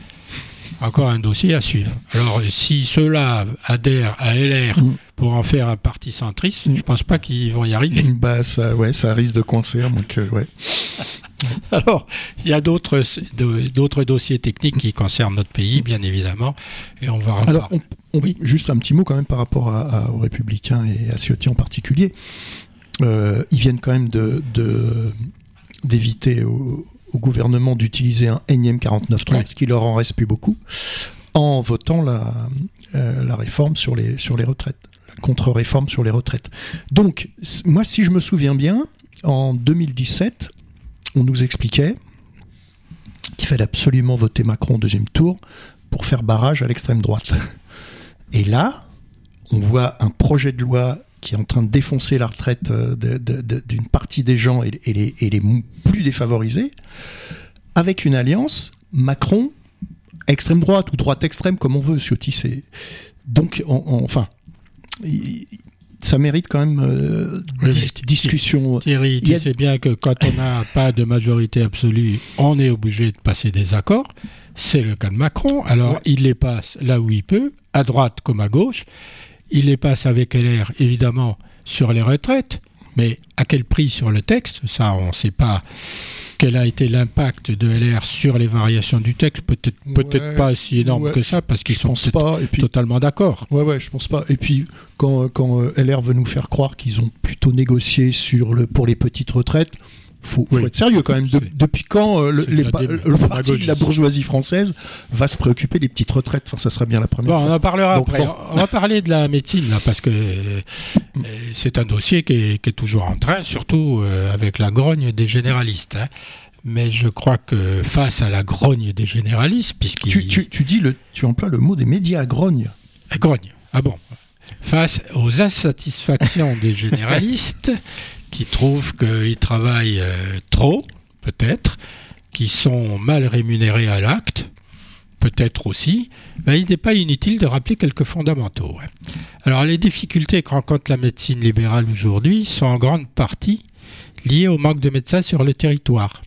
[SPEAKER 1] Encore un dossier à suivre. Alors, si ceux-là adhèrent à L R mmh. pour en faire un parti centriste, mmh. je ne pense pas qu'ils vont y arriver.
[SPEAKER 2] Bah, ça, ouais, ça risque de coincer, donc, euh, ouais.
[SPEAKER 1] Alors, il y a d'autres, d'autres dossiers techniques qui concernent notre pays, bien évidemment, et on va en
[SPEAKER 2] Alors, on, on, oui. juste un petit mot quand même par rapport à, à, aux Républicains et à Ciotti en particulier. Euh, ils viennent quand même de, de, d'éviter au, au gouvernement d'utiliser un énième quarante-neuf trente, oui. ce qui leur en reste plus beaucoup, en votant la, euh, la réforme sur les, sur les retraites, la contre-réforme sur les retraites. Donc, moi, si je me souviens bien, en deux mille dix-sept, on nous expliquait qu'il fallait absolument voter Macron au deuxième tour pour faire barrage à l'extrême droite. Et là, on voit un projet de loi qui est en train de défoncer la retraite de, de, de, d'une partie des gens et, et, les, et les plus défavorisés, avec une alliance Macron extrême droite ou droite extrême, comme on veut. Ciotti, c'est... Donc, on, on, enfin... Il, ça mérite quand même euh, oui, dis- discussion.
[SPEAKER 1] Thierry, tu a... sais bien que quand on n'a pas de majorité absolue, on est obligé de passer des accords. C'est le cas de Macron. Alors, ouais. il les passe là où il peut, à droite comme à gauche. Il les passe avec L R, évidemment, sur les retraites. Mais à quel prix sur le texte ? Ça, on ne sait pas quel a été l'impact de L R sur les variations du texte. Peut-être, peut-être ouais, pas si énorme ouais, que ça, parce qu'ils sont pas, et puis, totalement d'accord.
[SPEAKER 2] Ouais, ouais, je pense pas. Et puis, quand, quand L R veut nous faire croire qu'ils ont plutôt négocié sur le, pour les petites retraites, faut, faut oui. être sérieux quand même. De, depuis quand euh, le, les, ba- le parti de la bourgeoisie française va se préoccuper des petites retraites ? Enfin, ça sera bien la première
[SPEAKER 1] bon,
[SPEAKER 2] fois.
[SPEAKER 1] On en parlera
[SPEAKER 2] Donc,
[SPEAKER 1] après.
[SPEAKER 2] Bon.
[SPEAKER 1] On va parler de la médecine, là, parce que euh, c'est un dossier qui est, qui est toujours en train, surtout euh, avec la grogne des généralistes. Hein. Mais je crois que face à la grogne des généralistes, puisqu'ils...
[SPEAKER 2] Tu, tu, tu, dis le, tu emploies le mot des médias, grogne.
[SPEAKER 1] Grogne, ah bon. Face aux insatisfactions des généralistes... qui trouvent qu'ils travaillent euh, trop, peut-être, qui sont mal rémunérés à l'acte, peut-être aussi, ben, il n'est pas inutile de rappeler quelques fondamentaux. Alors, les difficultés que rencontre la médecine libérale aujourd'hui sont en grande partie liées au manque de médecins sur le territoire.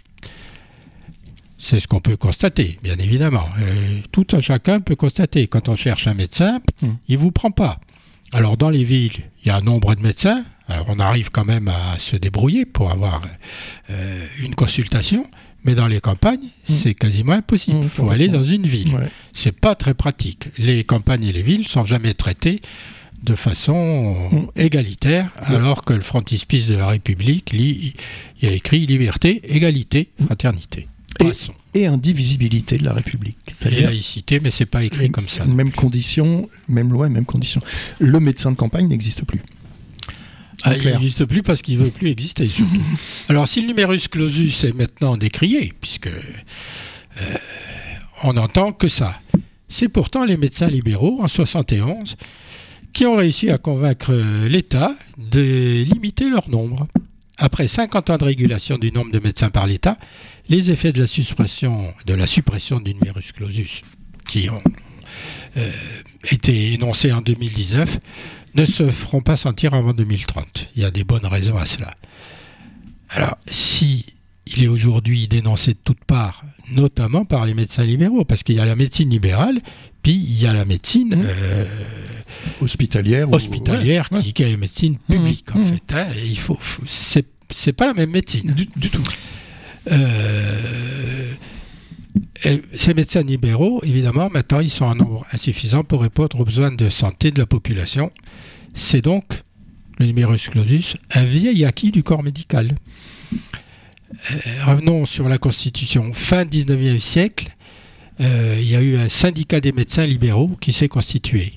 [SPEAKER 1] C'est ce qu'on peut constater, bien évidemment. Euh, tout un chacun peut constater. Quand on cherche un médecin, mmh. il ne vous prend pas. Alors, dans les villes, il y a un nombre de médecins. Alors, on arrive quand même à se débrouiller pour avoir euh, une consultation, mais dans les campagnes, mmh. c'est quasiment impossible. Il mmh, faut aller dans une ville. Ouais. C'est pas très pratique. Les campagnes et les villes sont jamais traitées de façon mmh. égalitaire, ouais. alors que le frontispice de la République, il y a écrit liberté, égalité, fraternité.
[SPEAKER 2] Et, et indivisibilité de la République.
[SPEAKER 1] C'est-à-dire et laïcité, mais c'est pas écrit comme ça.
[SPEAKER 2] Même condition, même loi, même condition. Le médecin de campagne n'existe plus.
[SPEAKER 1] Ah, il n'existe plus parce qu'il ne veut plus exister, surtout. Alors, si le numerus clausus est maintenant décrié, puisque euh, on n'entend que ça, c'est pourtant les médecins libéraux, en soixante et onze, qui ont réussi à convaincre l'État de limiter leur nombre. Après cinquante ans de régulation du nombre de médecins par l'État, les effets de la suppression, de la suppression du numerus clausus, qui ont euh, été énoncés en deux mille dix-neuf, ne se feront pas sentir avant deux mille trente. Il y a des bonnes raisons à cela. Alors, si il est aujourd'hui dénoncé de toutes parts, notamment par les médecins libéraux, parce qu'il y a la médecine libérale, puis il y a la médecine
[SPEAKER 2] mmh.
[SPEAKER 1] euh,
[SPEAKER 2] hospitalière,
[SPEAKER 1] hospitalière
[SPEAKER 2] ou... ouais,
[SPEAKER 1] qui,
[SPEAKER 2] ouais.
[SPEAKER 1] qui est la médecine publique,
[SPEAKER 2] mmh.
[SPEAKER 1] en fait. Hein, et il faut, faut c'est, c'est pas la même médecine.
[SPEAKER 2] Du, du tout.
[SPEAKER 1] Euh, et ces médecins libéraux, évidemment, maintenant, ils sont en nombre insuffisant pour répondre aux besoins de santé de la population. C'est donc, le numerus clausus, un vieil acquis du corps médical. Euh, revenons sur la Constitution. Fin dix-neuvième siècle, euh, il y a eu un syndicat des médecins libéraux qui s'est constitué.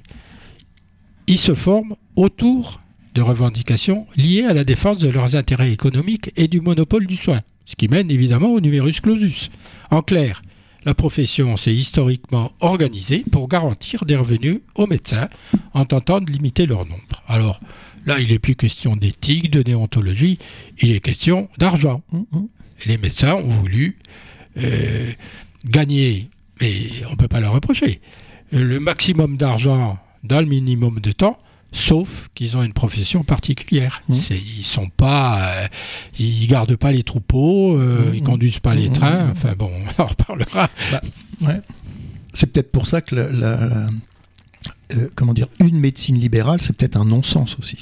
[SPEAKER 1] Ils se forment autour de revendications liées à la défense de leurs intérêts économiques et du monopole du soin, ce qui mène évidemment au numerus clausus. En clair, la profession s'est historiquement organisée pour garantir des revenus aux médecins en tentant de limiter leur nombre. Alors là, il n'est plus question d'éthique, de déontologie, il est question d'argent. Et les médecins ont voulu euh, gagner, mais on ne peut pas leur reprocher, le maximum d'argent dans le minimum de temps, sauf qu'ils ont une profession particulière. Mmh. C'est, ils sont pas, euh, ils gardent pas les troupeaux, euh, mmh. ils conduisent pas mmh. les trains. Enfin bon, on en reparlera.
[SPEAKER 2] Bah, ouais. C'est peut-être pour ça que la, la, la, euh, comment dire, une médecine libérale, c'est peut-être un non-sens aussi.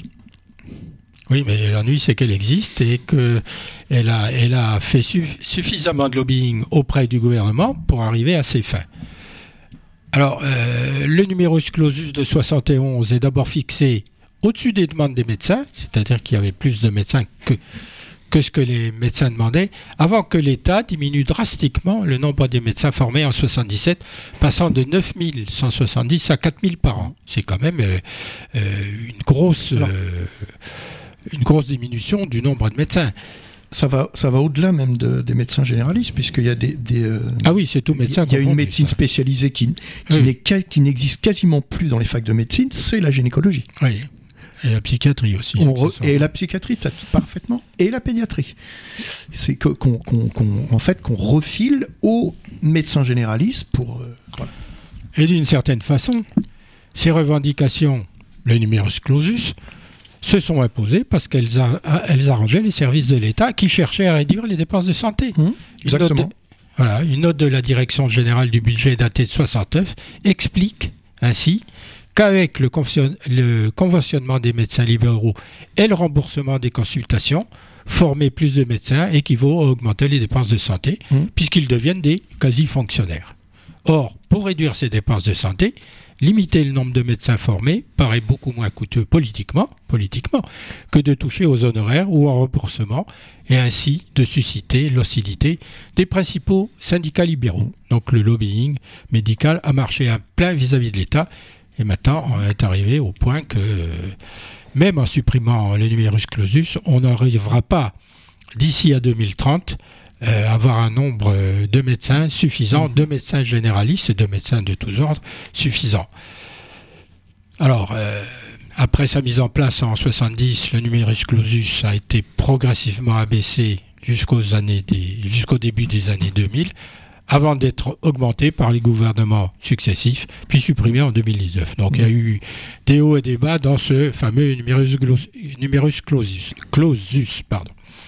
[SPEAKER 1] Oui, mais l'ennui, c'est qu'elle existe et qu'elle a, elle a fait su, suffisamment de lobbying auprès du gouvernement pour arriver à ses fins. Alors, euh, le numerus clausus de soixante et onze est d'abord fixé au-dessus des demandes des médecins, c'est-à-dire qu'il y avait plus de médecins que, que ce que les médecins demandaient, avant que l'État diminue drastiquement le nombre des médecins formés en soixante-dix-sept, passant de neuf mille cent soixante-dix à quatre mille par an. C'est quand même euh, euh, une grosse, euh, une grosse diminution du nombre de médecins.
[SPEAKER 2] Ça va, ça va au-delà même de, des médecins généralistes, puisqu'il y a des... des euh,
[SPEAKER 1] ah oui, c'est tout médecin.
[SPEAKER 2] Il y a une médecine ça. spécialisée qui, qui,
[SPEAKER 1] oui.
[SPEAKER 2] n'est, qui n'existe quasiment plus dans les facs de médecine, c'est la gynécologie.
[SPEAKER 1] Oui, et la psychiatrie aussi.
[SPEAKER 2] Re, et la psychiatrie, tu as tout parfaitement, et la pédiatrie. C'est que, qu'on, qu'on, qu'on, en fait, qu'on refile aux médecins généralistes pour... Euh, voilà.
[SPEAKER 1] Et d'une certaine façon, ces revendications, le numerus clausus, se sont imposées parce qu'elles a, elles arrangeaient les services de l'État qui cherchaient à réduire les dépenses de santé.
[SPEAKER 2] Mmh, exactement.
[SPEAKER 1] Une note, de, voilà, une note de la Direction générale du budget datée de soixante-neuf explique ainsi qu'avec le, convention, le conventionnement des médecins libéraux et le remboursement des consultations, former plus de médecins équivaut à augmenter les dépenses de santé mmh. puisqu'ils deviennent des quasi-fonctionnaires. Or, pour réduire ces dépenses de santé, limiter le nombre de médecins formés paraît beaucoup moins coûteux politiquement, politiquement que de toucher aux honoraires ou en remboursement et ainsi de susciter l'hostilité des principaux syndicats libéraux. Donc le lobbying médical a marché à plein vis-à-vis de l'État et maintenant on est arrivé au point que même en supprimant le numerus clausus, on n'arrivera pas d'ici à deux mille trente Euh, avoir un nombre de médecins suffisant, de médecins généralistes et de médecins de tous ordres suffisants. Alors, euh, après sa mise en place en soixante-dix, le numerus clausus a été progressivement abaissé jusqu'aux années des, jusqu'au début des années deux mille, avant d'être augmenté par les gouvernements successifs, puis supprimé en deux mille dix-neuf. Donc, mmh. il y a eu des hauts et des bas dans ce fameux numerus, numerus clausus. clausus pardon.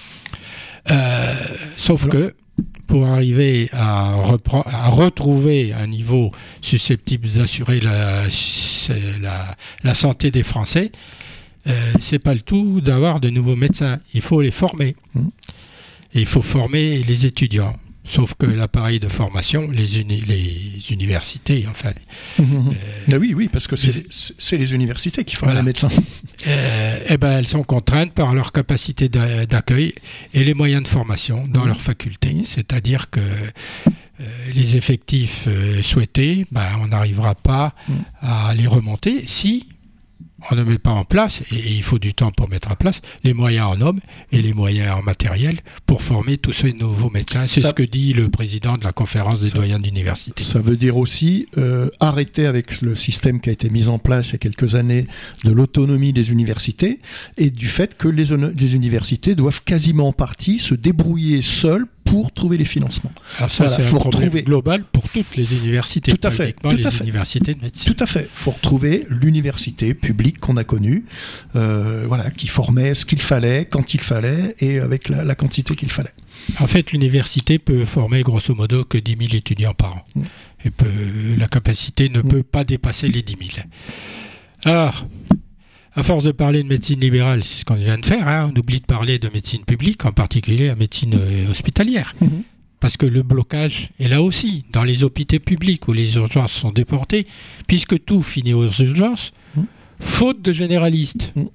[SPEAKER 1] Euh, sauf Alors, que pour arriver à, repre- à retrouver un niveau susceptible d'assurer la, la, la santé des Français, euh, c'est pas le tout d'avoir de nouveaux médecins. Il faut les former. Mmh. Et il faut former les étudiants. Sauf que l'appareil de formation, les, uni- les universités, enfin...
[SPEAKER 2] Mmh, mmh. Euh, ah oui, oui, parce que c'est les, c'est les universités qui forment voilà. les médecins.
[SPEAKER 1] Euh, eh ben, elles sont contraintes par leur capacité d'a- d'accueil et les moyens de formation dans mmh. leur faculté. Mmh. C'est-à-dire que euh, les effectifs euh, souhaités, ben, on n'arrivera pas mmh. à les remonter si on ne met pas en place, et il faut du temps pour mettre en place, les moyens en hommes et les moyens en matériel pour former tous ces nouveaux médecins. C'est ça, ce que dit le président de la conférence des ça, doyens d'université.
[SPEAKER 2] Ça veut dire aussi euh, arrêter avec le système qui a été mis en place il y a quelques années de l'autonomie des universités et du fait que les, les universités doivent quasiment en partie se débrouiller seules pour trouver les financements.
[SPEAKER 1] Alors ça, voilà, c'est faut un problème retrouver... global pour toutes les universités,
[SPEAKER 2] tout à fait,
[SPEAKER 1] pas
[SPEAKER 2] tout
[SPEAKER 1] les
[SPEAKER 2] à fait.
[SPEAKER 1] universités de médecine.
[SPEAKER 2] Tout à fait. Il faut retrouver l'université publique qu'on a connue, euh, voilà, qui formait ce qu'il fallait, quand il fallait, et avec la, la quantité qu'il fallait.
[SPEAKER 1] En fait, l'université peut former grosso modo que dix mille étudiants par an. Mmh. Et peut, la capacité ne mmh. peut pas dépasser les dix mille. Alors... À force de parler de médecine libérale, c'est ce qu'on vient de faire, hein, on oublie de parler de médecine publique, en particulier la médecine euh, hospitalière. Mmh. Parce que le blocage est là aussi, dans les hôpitaux publics où les urgences sont déportées, puisque tout finit aux urgences, mmh. faute de généralistes. Mmh.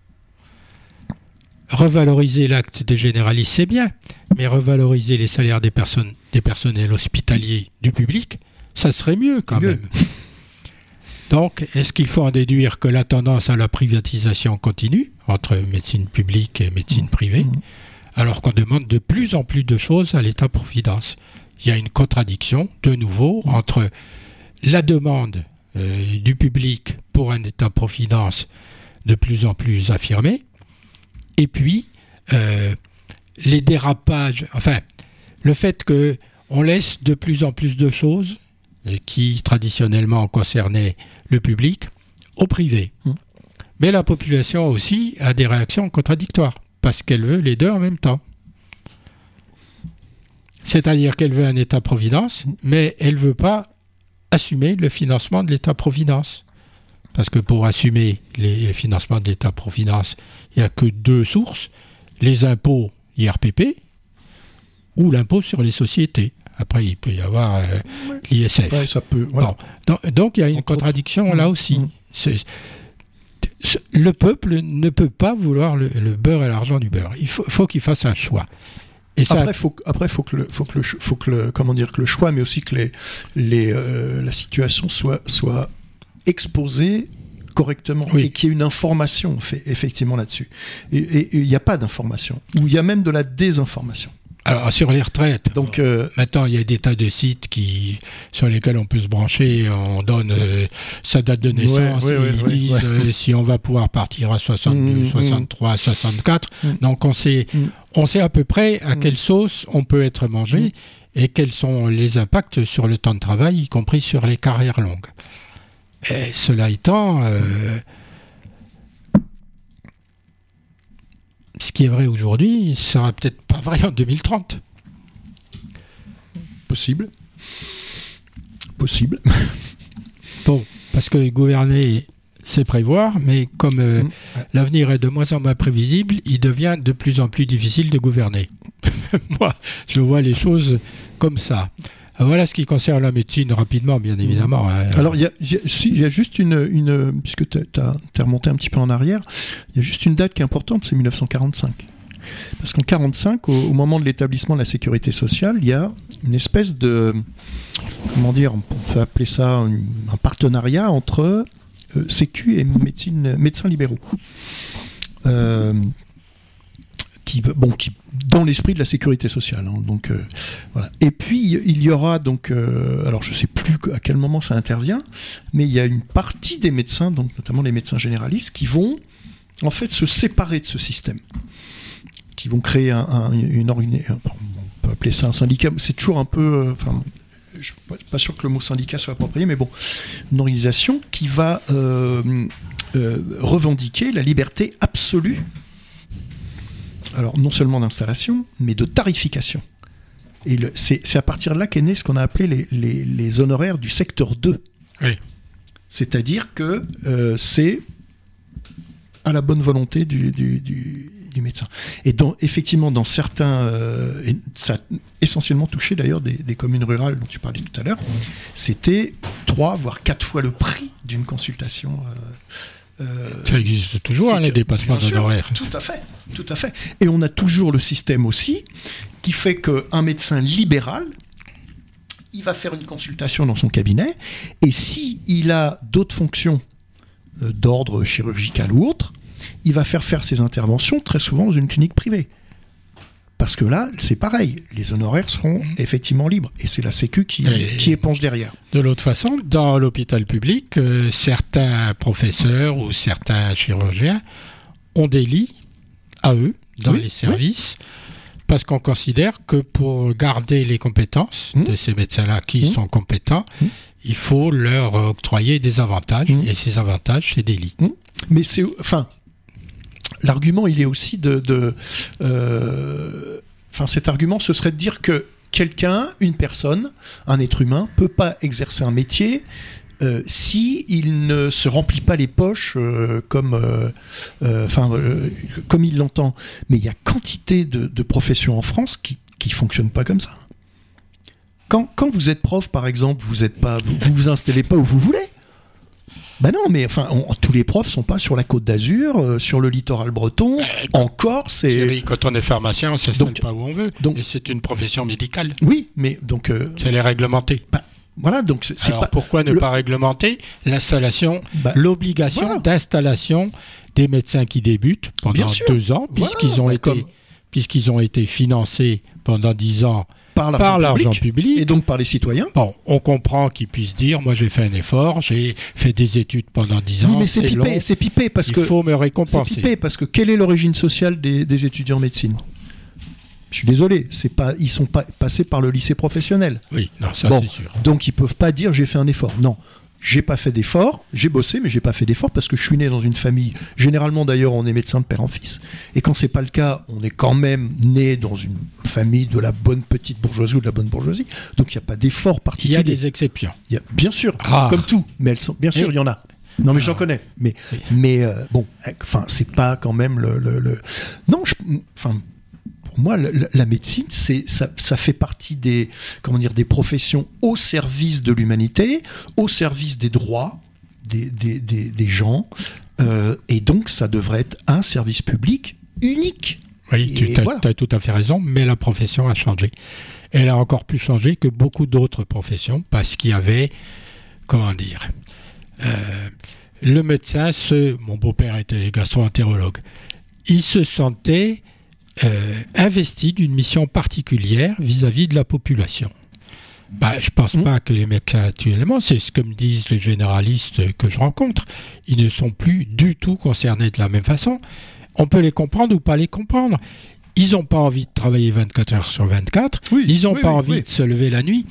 [SPEAKER 1] Revaloriser l'acte des généralistes, c'est bien, mais revaloriser les salaires des personnes, des personnels hospitaliers du public, ça serait mieux quand mieux. même. Donc, est-ce qu'il faut en déduire que la tendance à la privatisation continue entre médecine publique et médecine privée, mmh. alors qu'on demande de plus en plus de choses à l'État-providence? Il y a une contradiction, de nouveau, mmh. entre la demande euh, du public pour un État-providence de plus en plus affirmé, et puis euh, les dérapages, enfin, le fait qu'on laisse de plus en plus de choses qui traditionnellement concernaient le public, au privé. Mmh. Mais la population aussi a des réactions contradictoires, parce qu'elle veut les deux en même temps. C'est-à-dire qu'elle veut un État-providence, mais elle ne veut pas assumer le financement de l'État-providence. Parce que pour assumer les, les financements de l'État-providence, il n'y a que deux sources, les impôts I R P P ou l'impôt sur les sociétés. Après, il peut y avoir euh, l'I S F.
[SPEAKER 2] Ouais, ça peut, voilà.
[SPEAKER 1] Bon, donc, donc, il y a une Entre contradiction autres. là aussi. Mmh. C'est, c'est, le peuple ne peut pas vouloir le, le beurre et l'argent du beurre. Il faut, faut qu'il fasse un choix.
[SPEAKER 2] Et ça... Après, faut, après, faut que le, faut que le, faut que le, comment dire, que le choix, mais aussi que les, les, euh, la situation soit, soit exposée correctement oui. et qu'il y ait une information fait, effectivement là-dessus. Et il n'y a pas d'information, ou il y a même de la désinformation.
[SPEAKER 1] Alors, sur les retraites,
[SPEAKER 2] donc, euh,
[SPEAKER 1] maintenant, il y a des tas de sites qui, sur lesquels on peut se brancher, on donne euh, sa date de naissance, ouais, ouais, et ils ouais, disent ouais. Euh, si on va pouvoir partir à soixante-deux, mmh, soixante-trois, mmh. soixante-quatre. Mmh. Donc, on sait, mmh. on sait à peu près à mmh. quelle sauce on peut être mangé mmh. et quels sont les impacts sur le temps de travail, y compris sur les carrières longues. Et cela étant... Euh, ce qui est vrai aujourd'hui ne sera peut-être pas vrai en deux mille trente.
[SPEAKER 2] Possible. Possible.
[SPEAKER 1] Bon, parce que gouverner, c'est prévoir, mais comme euh, mmh. l'avenir est de moins en moins prévisible, il devient de plus en plus difficile de gouverner. Moi, je vois les choses comme ça. Voilà ce qui concerne la médecine, rapidement, bien évidemment. Hein.
[SPEAKER 2] Alors, il y a, y, a, si, y a juste une... une puisque tu as remonté un petit peu en arrière, il y a juste une date qui est importante, c'est mille neuf cent quarante-cinq. Parce qu'en quarante-cinq, au, au moment de l'établissement de la sécurité sociale, il y a une espèce de... Comment dire, on peut appeler ça un, un partenariat entre euh, Sécu et médecine, médecins libéraux. Euh, Qui, bon, qui, dans l'esprit de la sécurité sociale. Hein, donc, euh, voilà. Et puis, il y aura donc... Euh, alors, je ne sais plus à quel moment ça intervient, mais il y a une partie des médecins, donc notamment les médecins généralistes, qui vont, en fait, se séparer de ce système. Qui vont créer un, un, une organisation... On peut appeler ça un syndicat. C'est toujours un peu... Enfin, euh, je ne suis pas sûr que le mot syndicat soit approprié, mais bon. Une organisation qui va euh, euh, revendiquer la liberté absolue. Alors, non seulement d'installation, mais de tarification. Et le, c'est, c'est à partir de là qu'est né ce qu'on a appelé les, les, les honoraires du secteur deux.
[SPEAKER 1] Oui.
[SPEAKER 2] C'est-à-dire que euh, c'est à la bonne volonté du, du, du, du médecin. Et dans, effectivement, dans certains... Euh, et ça a essentiellement touché d'ailleurs des, des communes rurales dont tu parlais tout à l'heure. C'était trois, voire quatre fois le prix d'une consultation... Euh,
[SPEAKER 1] Euh, ça existe toujours, hein, les dépassements d'honoraires.
[SPEAKER 2] Tout à fait, tout à fait. Et on a toujours le système aussi qui fait qu'un médecin libéral, il va faire une consultation dans son cabinet, et si il a d'autres fonctions euh, d'ordre chirurgical ou autre, il va faire faire ses interventions très souvent dans une clinique privée. Parce que là, c'est pareil, les honoraires seront mmh. effectivement libres. Et c'est la Sécu qui, qui éponge derrière.
[SPEAKER 1] De l'autre façon, dans l'hôpital public, euh, certains professeurs ou certains chirurgiens ont des lits à eux, dans oui, les services, oui. parce qu'on considère que pour garder les compétences mmh. de ces médecins-là qui mmh. sont compétents, mmh. il faut leur octroyer des avantages. Mmh. Et ces avantages, c'est des lits.
[SPEAKER 2] Mmh. Mais c'est... Enfin... L'argument, il est aussi de... de euh, enfin, cet argument, ce serait de dire que quelqu'un, une personne, un être humain, peut pas exercer un métier euh, si il ne se remplit pas les poches euh, comme, euh, euh, enfin, euh, comme il l'entend. Mais il y a quantité de, de professions en France qui qui fonctionnent pas comme ça. Quand, quand vous êtes prof, par exemple, vous êtes pas, vous, vous vous installez pas où vous voulez. Ben non, mais enfin, on, tous les profs sont pas sur la Côte d'Azur, euh, sur le littoral breton, euh, en Corse. Et...
[SPEAKER 1] Thierry, quand on est pharmacien, on s'installe pas où on veut.
[SPEAKER 2] Donc,
[SPEAKER 1] et c'est une profession médicale.
[SPEAKER 2] Oui, mais donc. Euh,
[SPEAKER 1] c'est les réglementer.
[SPEAKER 2] Ben, voilà, donc c'est, c'est
[SPEAKER 1] Alors
[SPEAKER 2] pas,
[SPEAKER 1] pourquoi ne le... pas réglementer l'installation, ben, l'obligation voilà. d'installation des médecins qui débutent pendant deux ans, puisqu'ils voilà, ont ben, été, comme... puisqu'ils ont été financés pendant dix ans.
[SPEAKER 2] Par l'argent,
[SPEAKER 1] par l'argent
[SPEAKER 2] public,
[SPEAKER 1] public
[SPEAKER 2] et donc par les citoyens.
[SPEAKER 1] Bon, on comprend qu'ils puissent dire, moi j'ai fait un effort, j'ai fait des études pendant dix ans.
[SPEAKER 2] Oui, mais c'est,
[SPEAKER 1] c'est
[SPEAKER 2] pipé,
[SPEAKER 1] long,
[SPEAKER 2] c'est pipé parce
[SPEAKER 1] il
[SPEAKER 2] que
[SPEAKER 1] faut me récompenser.
[SPEAKER 2] C'est pipé parce que quelle est l'origine sociale des, des étudiants en médecine ? Je suis désolé, c'est pas, ils sont pas passés par le lycée professionnel.
[SPEAKER 1] Oui, non, ça
[SPEAKER 2] bon,
[SPEAKER 1] c'est sûr.
[SPEAKER 2] Donc ils peuvent pas dire j'ai fait un effort. Non. J'ai pas fait d'effort, j'ai bossé, mais j'ai pas fait d'effort parce que je suis né dans une famille. Généralement, d'ailleurs, on est médecin de père en fils. Et quand c'est pas le cas, on est quand même né dans une famille de la bonne petite bourgeoisie ou de la bonne bourgeoisie. Donc, il n'y a pas d'effort particulier.
[SPEAKER 1] Il y a des exceptions.
[SPEAKER 2] Il y a, bien sûr,
[SPEAKER 1] Rares.
[SPEAKER 2] Comme tout. Mais elles sont, bien sûr, il y en a. Non, mais
[SPEAKER 1] Alors,
[SPEAKER 2] j'en connais. Mais, oui. mais euh, bon, enfin, c'est pas quand même le. le, le... Non, enfin. Moi, la, la médecine, c'est, ça, ça fait partie des, comment dire, des professions au service de l'humanité, au service des droits des, des, des, des gens, euh, et donc ça devrait être un service public unique.
[SPEAKER 1] Oui, et tu as voilà. tout à fait raison, mais la profession a changé. Elle a encore plus changé que beaucoup d'autres professions, parce qu'il y avait, comment dire, euh, le médecin, ce, mon beau-père était gastro-entérologue, il se sentait Euh, investi d'une mission particulière vis-à-vis de la population. Bah, je ne pense mmh. pas que les médecins actuellement, c'est ce que me disent les généralistes que je rencontre, ils ne sont plus du tout concernés de la même façon. On peut les comprendre ou pas les comprendre. Ils n'ont pas envie de travailler vingt-quatre heures sur vingt-quatre, oui, ils n'ont oui, pas oui, envie oui. de se lever la nuit.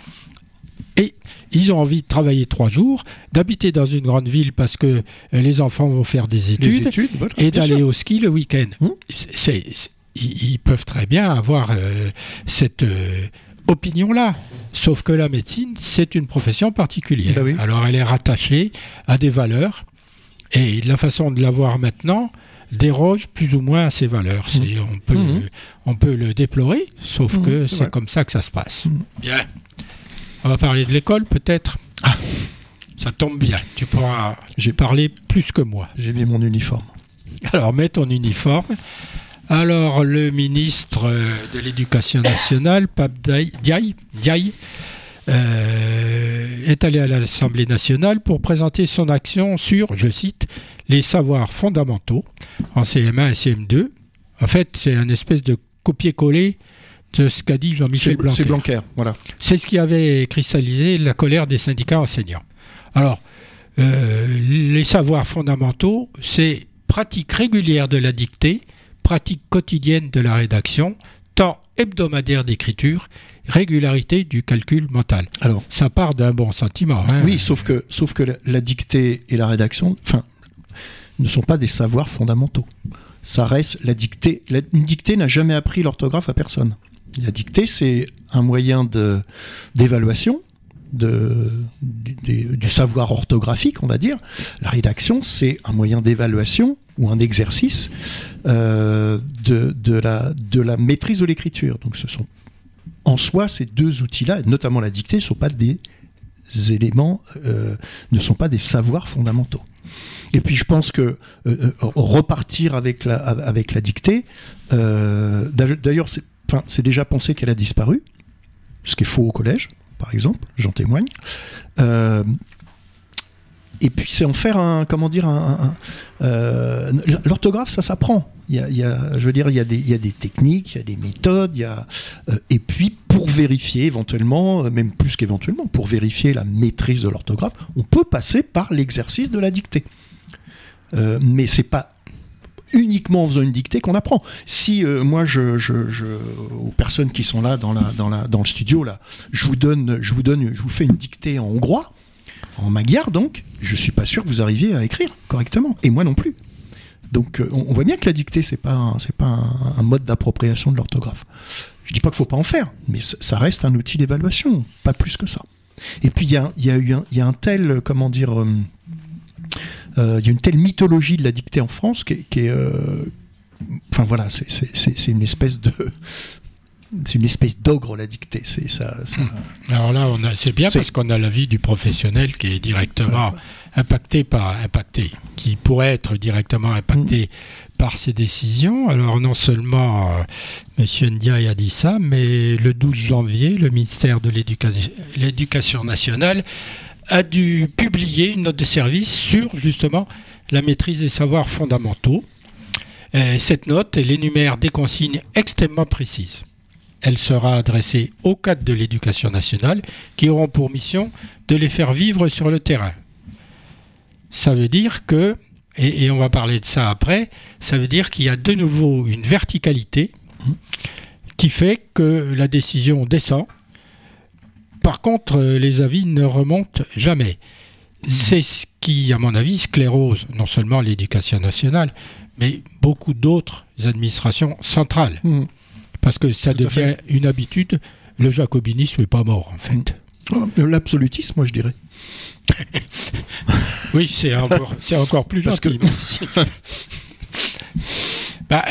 [SPEAKER 1] Et ils ont envie de travailler trois jours, d'habiter dans une grande ville parce que les enfants vont faire des études,
[SPEAKER 2] les études voilà,
[SPEAKER 1] et d'aller sûr. au ski le week-end.
[SPEAKER 2] Mmh.
[SPEAKER 1] C'est... c'est ils peuvent très bien avoir euh, cette euh, opinion-là. Sauf que la médecine, c'est une profession particulière. Ben oui. Alors, elle est rattachée à des valeurs. Et la façon de la voir maintenant déroge plus ou moins à ces valeurs. C'est, mmh. on, peut, mmh. on peut le déplorer, sauf mmh. que c'est ouais. comme ça que ça se passe. Mmh. Bien. On va parler de l'école, peut-être. Ah. Ça tombe bien. Tu pourras J'ai parlé plus que moi.
[SPEAKER 2] J'ai mis mon uniforme.
[SPEAKER 1] Alors, mets ton uniforme. Alors, le ministre de l'Éducation nationale, Pape Diaye, Diaye euh, est allé à l'Assemblée nationale pour présenter son action sur, je cite, les savoirs fondamentaux en C M un et C M deux. En fait, c'est un espèce de copier-coller de ce qu'a dit Jean-Michel c'est, Blanquer.
[SPEAKER 2] C'est Blanquer, voilà.
[SPEAKER 1] C'est ce qui avait cristallisé la colère des syndicats enseignants. Alors, euh, les savoirs fondamentaux, c'est pratique régulière de la dictée, pratique quotidienne de la rédaction, temps hebdomadaire d'écriture, régularité du calcul mental. Alors, ça part d'un bon sentiment. Hein.
[SPEAKER 2] Oui, sauf que, sauf que la, la dictée et la rédaction, enfin, ne sont pas des savoirs fondamentaux. Ça reste la dictée. La, une dictée n'a jamais appris l'orthographe à personne. La dictée, c'est un moyen de, d'évaluation de, du, du savoir orthographique, on va dire. La rédaction, c'est un moyen d'évaluation ou un exercice euh, de, de, la, de la maîtrise de l'écriture. Donc ce sont en soi ces deux outils-là, notamment la dictée, ne sont pas des éléments, euh, ne sont pas des savoirs fondamentaux. Et puis je pense que euh, repartir avec la, avec la dictée, euh, d'ailleurs c'est, enfin, c'est déjà pensé qu'elle a disparu, ce qui est faux au collège, par exemple, j'en témoigne. Euh, et puis c'est en faire un, comment dire, un, un, euh, l'orthographe, ça s'apprend. Il y a, il y a, je veux dire, il y a des, il y a des techniques, il y a des méthodes, il y a, euh, et puis pour vérifier éventuellement, même plus qu'éventuellement, pour vérifier la maîtrise de l'orthographe, on peut passer par l'exercice de la dictée. Euh, mais c'est pas uniquement en faisant une dictée qu'on apprend. Si euh, moi, je, je, je, aux personnes qui sont là dans, la, dans, la, dans le studio, là, je vous donne, je vous donne, je vous fais une dictée en hongrois, en magyar donc, je suis pas sûr que vous arriviez à écrire correctement, et moi non plus. Donc euh, on, on voit bien que la dictée c'est pas un, c'est pas un, un mode d'appropriation de l'orthographe. Je dis pas qu'il faut pas en faire, mais c- ça reste un outil d'évaluation, pas plus que ça. Et puis il y a, y a eu un, il y a un tel, comment dire, il euh, euh, y a une telle mythologie de la dictée en France qui est, qui est euh, enfin voilà, c'est, c'est, c'est, c'est une espèce de C'est une espèce d'ogre, la dictée. C'est ça. ça...
[SPEAKER 1] Alors là, on a, c'est bien c'est... parce qu'on a l'avis du professionnel qui est directement ouais. impacté par impacté, qui pourrait être directement impacté mmh. par ces décisions. Alors non seulement euh, M. Ndiaye a dit ça, mais le douze janvier, le ministère de l'éducation, l'éducation nationale a dû publier une note de service sur justement la maîtrise des savoirs fondamentaux. Et cette note, elle énumère des consignes extrêmement précises. Elle sera adressée aux cadres de l'éducation nationale qui auront pour mission de les faire vivre sur le terrain. Ça veut dire que, et, et on va parler de ça après, ça veut dire qu'il y a de nouveau une verticalité qui fait que la décision descend. Par contre, les avis ne remontent jamais. C'est ce qui, à mon avis, sclérose non seulement l'éducation nationale, mais beaucoup d'autres administrations centrales. Mmh. Parce que ça Tout devient une habitude. Le jacobinisme n'est pas mort, en fait.
[SPEAKER 2] L'absolutisme, moi, je dirais.
[SPEAKER 1] Oui, c'est encore, c'est encore plus gentil. Que... bah,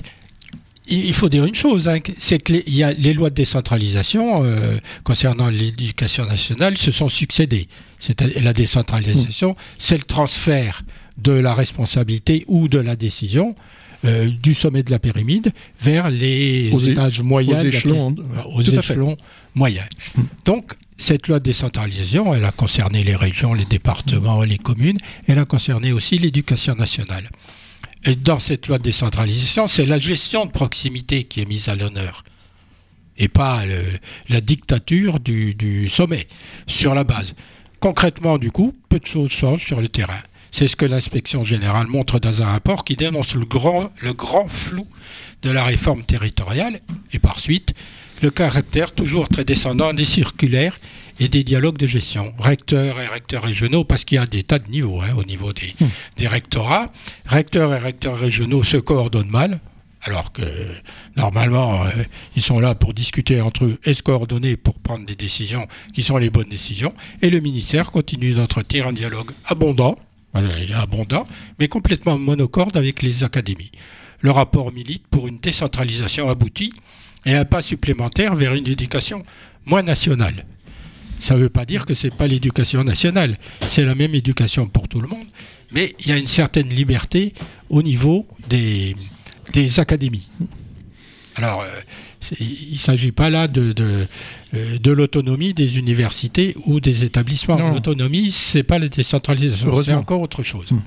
[SPEAKER 1] il faut dire une chose, hein, c'est que les, il y a les lois de décentralisation euh, concernant l'éducation nationale se sont succédées. C'est la décentralisation, mmh. c'est le transfert de la responsabilité ou de la décision Euh, du sommet de la pyramide vers les aux étages é- moyens,
[SPEAKER 2] aux échelons,
[SPEAKER 1] la, aux échelons moyens. Mmh. Donc, cette loi de décentralisation, elle a concerné les régions, les départements, mmh. les communes, elle a concerné aussi l'éducation nationale. Et dans cette loi de décentralisation, c'est la gestion de proximité qui est mise à l'honneur, et pas le, la dictature du, du sommet, sur la base. Concrètement, du coup, peu de choses changent sur le terrain. C'est ce que l'inspection générale montre dans un rapport qui dénonce le grand, le grand flou de la réforme territoriale et par suite le caractère toujours très descendant des circulaires et des dialogues de gestion. Recteurs et recteurs régionaux, parce qu'il y a des tas de niveaux hein, au niveau des, mmh. des rectorats. Recteurs et recteurs régionaux se coordonnent mal, alors que normalement euh, ils sont là pour discuter entre eux et se coordonner pour prendre des décisions qui sont les bonnes décisions. Et le ministère continue d'entretenir un dialogue abondant. Alors, il est abondant, mais complètement monocorde avec les académies. Le rapport milite pour une décentralisation aboutie et un pas supplémentaire vers une éducation moins nationale. Ça ne veut pas dire que ce n'est pas l'éducation nationale, c'est la même éducation pour tout le monde, mais il y a une certaine liberté au niveau des, des académies. Alors, euh, il ne s'agit pas là de, de, euh, de l'autonomie des universités ou des établissements. Non. L'autonomie, ce n'est pas la décentralisation, c'est encore autre chose. Hum.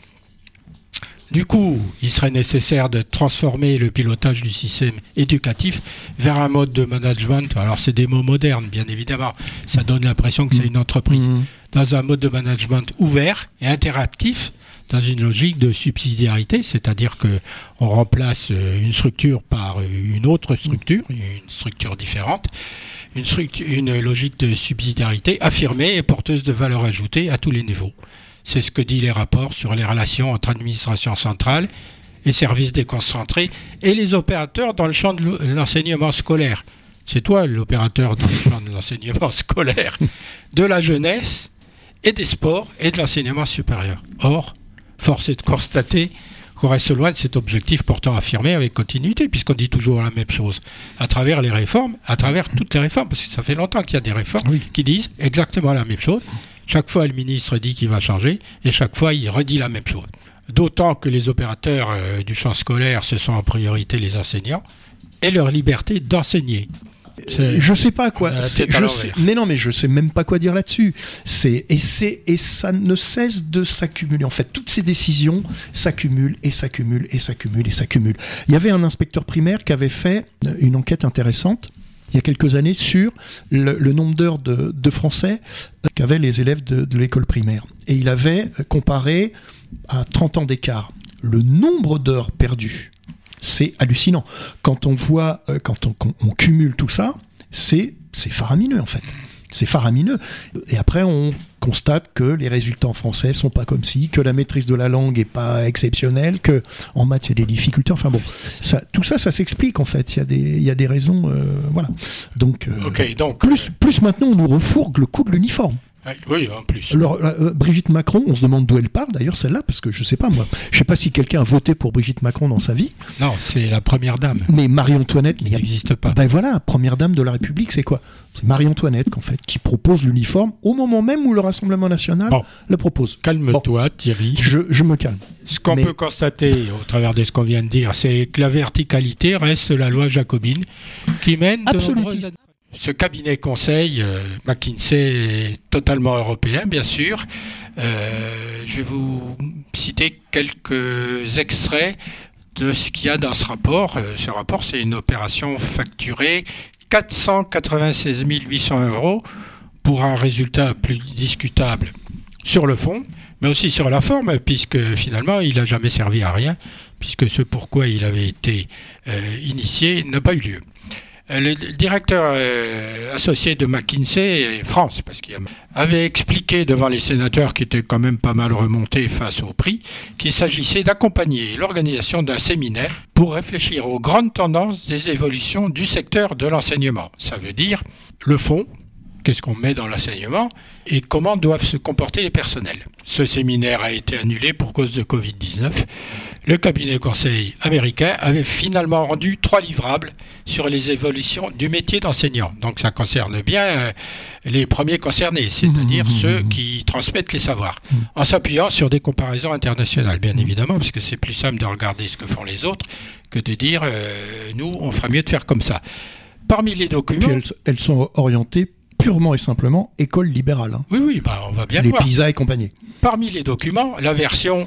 [SPEAKER 1] Du coup, il serait nécessaire de transformer le pilotage du système éducatif vers un mode de management. Alors, c'est des mots modernes, bien évidemment. Ça donne l'impression que c'est une entreprise. Hum. Dans un mode de management ouvert et interactif, dans une logique de subsidiarité, c'est-à-dire qu'on remplace une structure par une autre structure, une structure différente, une, structure, une logique de subsidiarité affirmée et porteuse de valeur ajoutée à tous les niveaux. C'est ce que disent les rapports sur les relations entre administration centrale et services déconcentrés et les opérateurs dans le champ de l'enseignement scolaire. C'est toi l'opérateur dans le champ de l'enseignement scolaire, de la jeunesse et des sports et de l'enseignement supérieur. Or, force est de constater qu'on reste loin de cet objectif pourtant affirmé avec continuité, puisqu'on dit toujours la même chose, à travers les réformes, à travers toutes les réformes, parce que ça fait longtemps qu'il y a des réformes oui. qui disent exactement la même chose. Chaque fois, le ministre dit qu'il va changer, et chaque fois, il redit la même chose. D'autant que les opérateurs euh, du champ scolaire, ce sont en priorité les enseignants, et leur liberté d'enseigner. C'est...
[SPEAKER 2] Je sais pas quoi.
[SPEAKER 1] Euh,
[SPEAKER 2] C'est, je sais, mais non, mais je sais même pas quoi dire là-dessus. C'est et c'est et ça ne cesse de s'accumuler. En fait, toutes ces décisions s'accumulent et s'accumulent et s'accumulent et s'accumulent. Il y avait un inspecteur primaire qui avait fait une enquête intéressante il y a quelques années sur le, le nombre d'heures de, de français qu'avaient les élèves de, de l'école primaire. Et il avait comparé à trente ans d'écart le nombre d'heures perdues. C'est hallucinant. Quand on voit, quand on, on cumule tout ça, c'est, c'est faramineux en fait. C'est faramineux. Et après, on constate que les résultats en français sont pas comme ci, que la maîtrise de la langue est pas exceptionnelle, que en maths il y a des difficultés. Enfin bon, ça, tout ça, ça s'explique en fait. Il y a des, il y a des raisons, euh, voilà. Donc, euh,
[SPEAKER 1] okay, donc
[SPEAKER 2] plus, plus maintenant, on nous refourgue le coût de l'uniforme.
[SPEAKER 1] Oui, en plus.
[SPEAKER 2] Alors, euh, Brigitte Macron, on se demande d'où elle parle d'ailleurs, celle-là, parce que je sais pas moi. Je sais pas si quelqu'un a voté pour Brigitte Macron dans sa vie.
[SPEAKER 1] Non, c'est la première dame.
[SPEAKER 2] Mais Marie-Antoinette,
[SPEAKER 1] il n'existe pas.
[SPEAKER 2] Ben voilà, première dame de la République, c'est quoi? C'est Marie-Antoinette, en fait, qui propose l'uniforme au moment même où le Rassemblement national bon. le propose.
[SPEAKER 1] Calme-toi,
[SPEAKER 2] bon.
[SPEAKER 1] Thierry.
[SPEAKER 2] Je, je me calme.
[SPEAKER 1] Ce qu'on Mais... peut constater, au travers de ce qu'on vient de dire, c'est que la verticalité reste la loi jacobine qui mène
[SPEAKER 2] absolutiste.
[SPEAKER 1] De Ce cabinet conseil, euh, McKinsey, est totalement européen, bien sûr. Euh, je vais vous citer quelques extraits de ce qu'il y a dans ce rapport. Euh, ce rapport, c'est une opération facturée quatre cent quatre-vingt-seize mille huit cents euros pour un résultat plus discutable sur le fond, mais aussi sur la forme, puisque finalement, il n'a jamais servi à rien, puisque ce pourquoi il avait été euh, initié n'a pas eu lieu. Le directeur euh, associé de McKinsey France, parce qu'il y a, avait expliqué devant les sénateurs qui étaient quand même pas mal remontés face au prix, qu'il s'agissait d'accompagner l'organisation d'un séminaire pour réfléchir aux grandes tendances des évolutions du secteur de l'enseignement. Ça veut dire le fond, qu'est-ce qu'on met dans l'enseignement et comment doivent se comporter les personnels. Ce séminaire a été annulé pour cause de covid dix-neuf. Le cabinet conseil américain avait finalement rendu trois livrables sur les évolutions du métier d'enseignant. Donc ça concerne bien euh, les premiers concernés, c'est-à-dire mmh, ceux mmh, qui transmettent les savoirs, mmh. en s'appuyant sur des comparaisons internationales, bien mmh. évidemment, parce que c'est plus simple de regarder ce que font les autres que de dire euh, nous, on fera mieux de faire comme ça. Parmi les documents...
[SPEAKER 2] Puis elles, elles sont orientées purement et simplement école libérale. Hein.
[SPEAKER 1] Oui, oui, bah on va bien
[SPEAKER 2] les
[SPEAKER 1] voir.
[SPEAKER 2] Les PISA et compagnie.
[SPEAKER 1] Parmi les documents, la version...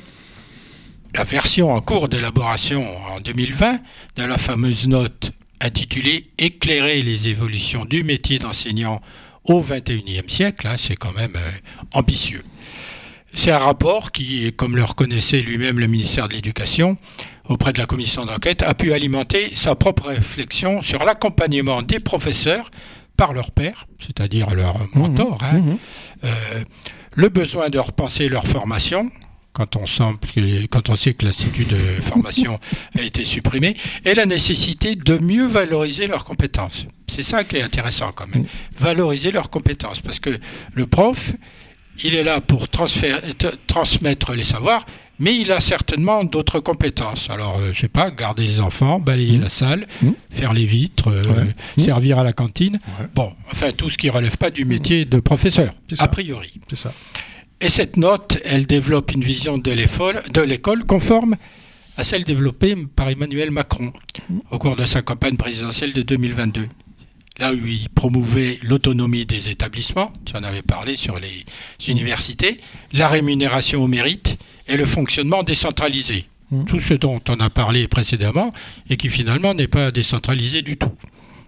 [SPEAKER 1] La version en cours d'élaboration en deux mille vingt de la fameuse note intitulée « Éclairer les évolutions du métier d'enseignant au vingt et unième siècle hein, », c'est quand même euh, ambitieux. C'est un rapport qui, comme le reconnaissait lui-même le ministère de l'Éducation, auprès de la commission d'enquête, a pu alimenter sa propre réflexion sur l'accompagnement des professeurs par leurs pairs, c'est-à-dire leurs mentors, hein, mmh, mmh. Euh, le besoin de repenser leur formation, Quand on, sent, quand on sait que l'institut de formation a été supprimé, et la nécessité de mieux valoriser leurs compétences. C'est ça qui est intéressant quand même, valoriser leurs compétences, parce que le prof, il est là pour transférer, t- transmettre les savoirs, mais il a certainement d'autres compétences. Alors, euh, je sais pas, garder les enfants, balayer mmh. la salle, mmh. faire les vitres, euh, ouais. mmh. servir à la cantine, ouais. bon, enfin tout ce qui ne relève pas du métier de professeur, a priori.
[SPEAKER 2] C'est ça.
[SPEAKER 1] Et cette note, elle développe une vision de l'école, de l'école conforme à celle développée par Emmanuel Macron au cours de sa campagne présidentielle de deux mille vingt-deux. Là où il promouvait l'autonomie des établissements, tu en avais parlé sur les universités, la rémunération au mérite et le fonctionnement décentralisé. Mmh. Tout ce dont on a parlé précédemment et qui finalement n'est pas décentralisé du tout.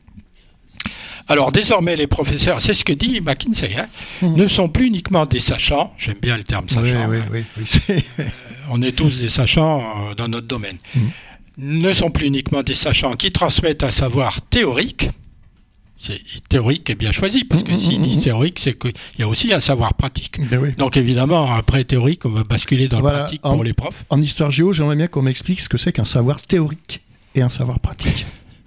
[SPEAKER 1] Alors désormais les professeurs, c'est ce que dit McKinsey, hein, mmh. ne sont plus uniquement des sachants, j'aime bien le terme sachant,
[SPEAKER 2] oui, oui, oui, oui.
[SPEAKER 1] euh, on est tous des sachants euh, dans notre domaine, mmh. ne sont plus uniquement des sachants qui transmettent un savoir théorique, c'est théorique et bien choisi, parce que mmh, s'ils mmh, disent théorique, c'est qu'il y a aussi un savoir pratique.
[SPEAKER 2] Ben oui.
[SPEAKER 1] Donc évidemment, après théorique, on va basculer dans
[SPEAKER 2] voilà,
[SPEAKER 1] le pratique
[SPEAKER 2] en,
[SPEAKER 1] pour les profs.
[SPEAKER 2] En histoire géo, j'aimerais bien qu'on m'explique ce que c'est qu'un savoir théorique et un savoir pratique.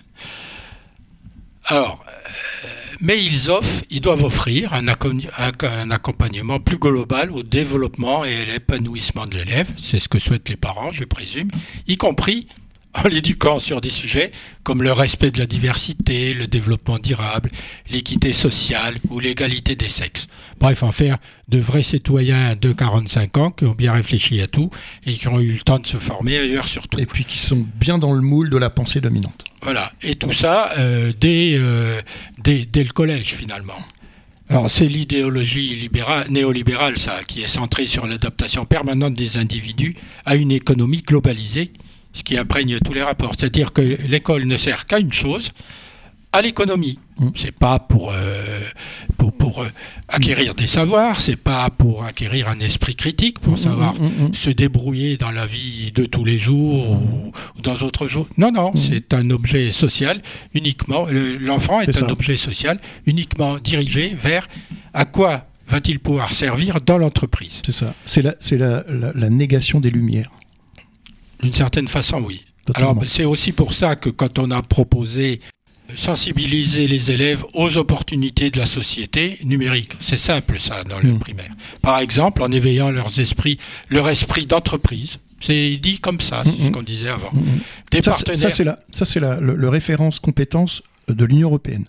[SPEAKER 1] Alors, euh, mais ils offrent, ils doivent offrir un, accom- un, un accompagnement plus global au développement et à l'épanouissement de l'élève, c'est ce que souhaitent les parents, je présume, y compris en l'éduquant sur des sujets comme le respect de la diversité, le développement durable, l'équité sociale ou l'égalité des sexes. Bref, en faire de vrais citoyens de quarante-cinq ans qui ont bien réfléchi à tout et qui ont eu le temps de se former ailleurs surtout.
[SPEAKER 2] Et puis qui sont bien dans le moule de la pensée dominante.
[SPEAKER 1] Voilà, et tout ça euh, dès, euh, dès, dès le collège finalement. Alors c'est l'idéologie libérale, néolibérale, ça, qui est centrée sur l'adaptation permanente des individus à une économie globalisée, ce qui imprègne tous les rapports. C'est-à-dire que l'école ne sert qu'à une chose, à l'économie. Mmh. C'est pas pour, euh, pour, pour euh, acquérir des savoirs, c'est pas pour acquérir un esprit critique, pour savoir mmh, mmh, mmh. se débrouiller dans la vie de tous les jours mmh. ou, ou dans d'autres jours. Non, non, mmh. c'est un objet social uniquement. Le, l'enfant est, c'est un ça. objet social uniquement dirigé vers à quoi va-t-il pouvoir servir dans l'entreprise.
[SPEAKER 2] C'est ça. C'est la, c'est la, la, la négation des lumières.
[SPEAKER 1] D'une certaine façon, oui. Totalement. Alors, c'est aussi pour ça que quand on a proposé sensibiliser les élèves aux opportunités de la société numérique. C'est simple, ça, dans le mmh. primaire. Par exemple, en éveillant leurs esprits, leur esprit d'entreprise. C'est dit comme ça, c'est mmh. ce qu'on disait avant. Mmh. Des
[SPEAKER 2] ça,
[SPEAKER 1] partenaires...
[SPEAKER 2] ça, c'est la, ça, c'est la le, le référence compétence de l'Union européenne.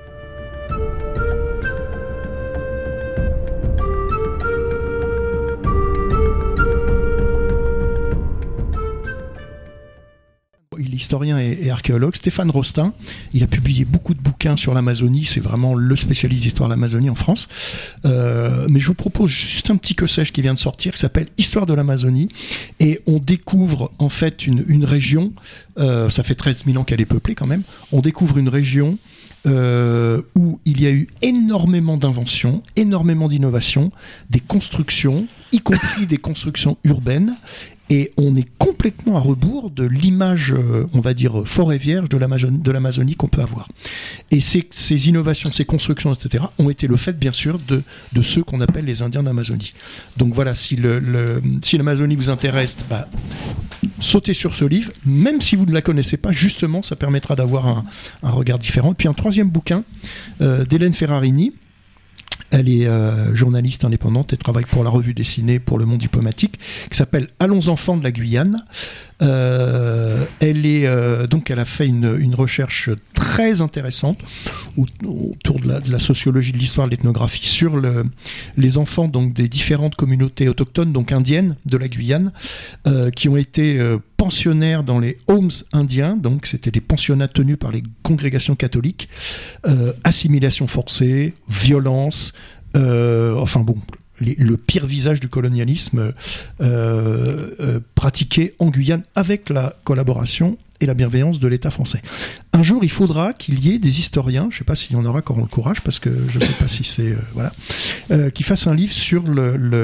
[SPEAKER 2] Historien et, et archéologue, Stéphane Rostin. Il a publié beaucoup de bouquins sur l'Amazonie, c'est vraiment le spécialiste d'histoire de l'Amazonie en France. Euh, mais je vous propose juste un petit que sais-je qui vient de sortir, qui s'appelle Histoire de l'Amazonie, et on découvre en fait une, une région, euh, ça fait treize mille ans qu'elle est peuplée quand même, on découvre une région euh, où il y a eu énormément d'inventions, énormément d'innovations, des constructions, y compris des constructions urbaines, et on est complètement à rebours de l'image, euh, on va dire, forêt vierge de l'Amazonie, de l'Amazonie qu'on peut avoir. Et ces, ces innovations, ces constructions, et cetera, ont été le fait, bien sûr, de, de ceux qu'on appelle les Indiens d'Amazonie. Donc voilà, si, le, le, si l'Amazonie vous intéresse, bah, sautez sur ce livre, même si vous ne la connaissez pas, justement, ça permettra d'avoir un, un regard différent. Et puis un troisième bouquin euh, d'Hélène Ferrarini. Elle est euh, journaliste indépendante et travaille pour la revue dessinée pour Le Monde diplomatique, qui s'appelle Allons enfants de la Guyane. Euh, elle est euh, donc elle a fait une, une recherche très intéressante autour de la, de la sociologie, de l'histoire, de l'ethnographie sur le, les enfants donc des différentes communautés autochtones, donc indiennes de la Guyane, euh, qui ont été euh, pensionnaires dans les homes indiens, donc c'était des pensionnats tenus par les congrégations catholiques, euh, assimilation forcée, violence, euh, enfin bon. Les, le pire visage du colonialisme euh, euh, pratiqué en Guyane avec la collaboration et la bienveillance de l'État français. Un jour, il faudra qu'il y ait des historiens, je ne sais pas s'il y en aura qui auront le courage, parce que je ne sais pas si c'est... Euh, voilà, euh, qui fassent un livre sur le, le,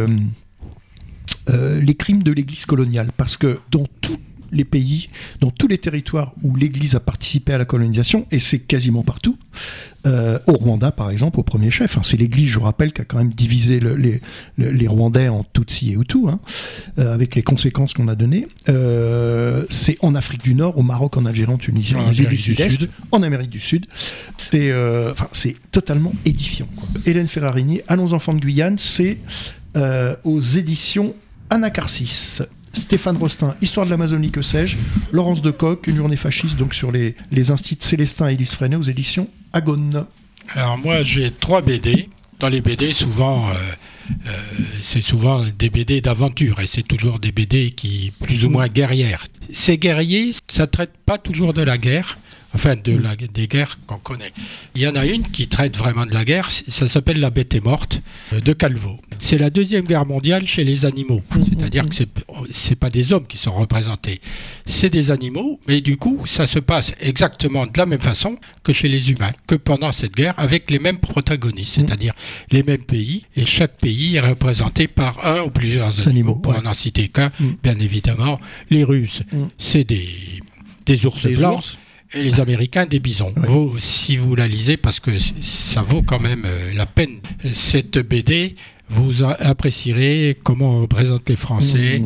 [SPEAKER 2] euh, les crimes de l'Église coloniale. Parce que dans tous les pays, dans tous les territoires où l'Église a participé à la colonisation, et c'est quasiment partout, Euh, au Rwanda, par exemple, au premier chef. Hein, c'est l'Église, je rappelle, qui a quand même divisé le, les, le, les Rwandais en Tutsi et Hutu, hein, euh, avec les conséquences qu'on a données. Euh, c'est en Afrique du Nord, au Maroc, en Algérie, en Tunisie, en, en Asie du Sud-Est, Sud. en Amérique du Sud. C'est, euh, c'est totalement édifiant. Quoi. Hélène Ferrarini, Allons enfants de Guyane, c'est euh, aux éditions Anacarsis. Stéphane Rostin, Histoire de l'Amazonie, que sais-je, Laurence de Coq, Une journée fasciste, donc sur les, les instituts Célestin et Élise Freinet aux éditions Agone.
[SPEAKER 1] Alors moi j'ai trois B D. Dans les B D, souvent, euh, euh, c'est souvent des B D d'aventure et c'est toujours des B D qui plus ou moins guerrières. Ces guerriers, ça ne traite pas toujours de la guerre. Enfin, de la, des guerres qu'on connaît. Il y en a une qui traite vraiment de la guerre, ça s'appelle La bête est morte, de Calvo. C'est la deuxième guerre mondiale chez les animaux. C'est-à-dire que c'est, c'est pas des hommes qui sont représentés, c'est des animaux, mais du coup, ça se passe exactement de la même façon que chez les humains, que pendant cette guerre, avec les mêmes protagonistes, c'est-à-dire les mêmes pays, et chaque pays est représenté par un ou plusieurs animaux. animaux pour ouais. n'en citer qu'un, mm. bien évidemment, les Russes, mm. c'est des, des ours des blancs. Ours. Et les Américains, des bisons. Oui. Vous, si vous la lisez, parce que ça vaut quand même la peine, cette B D, vous apprécierez comment on représente les Français. Mmh.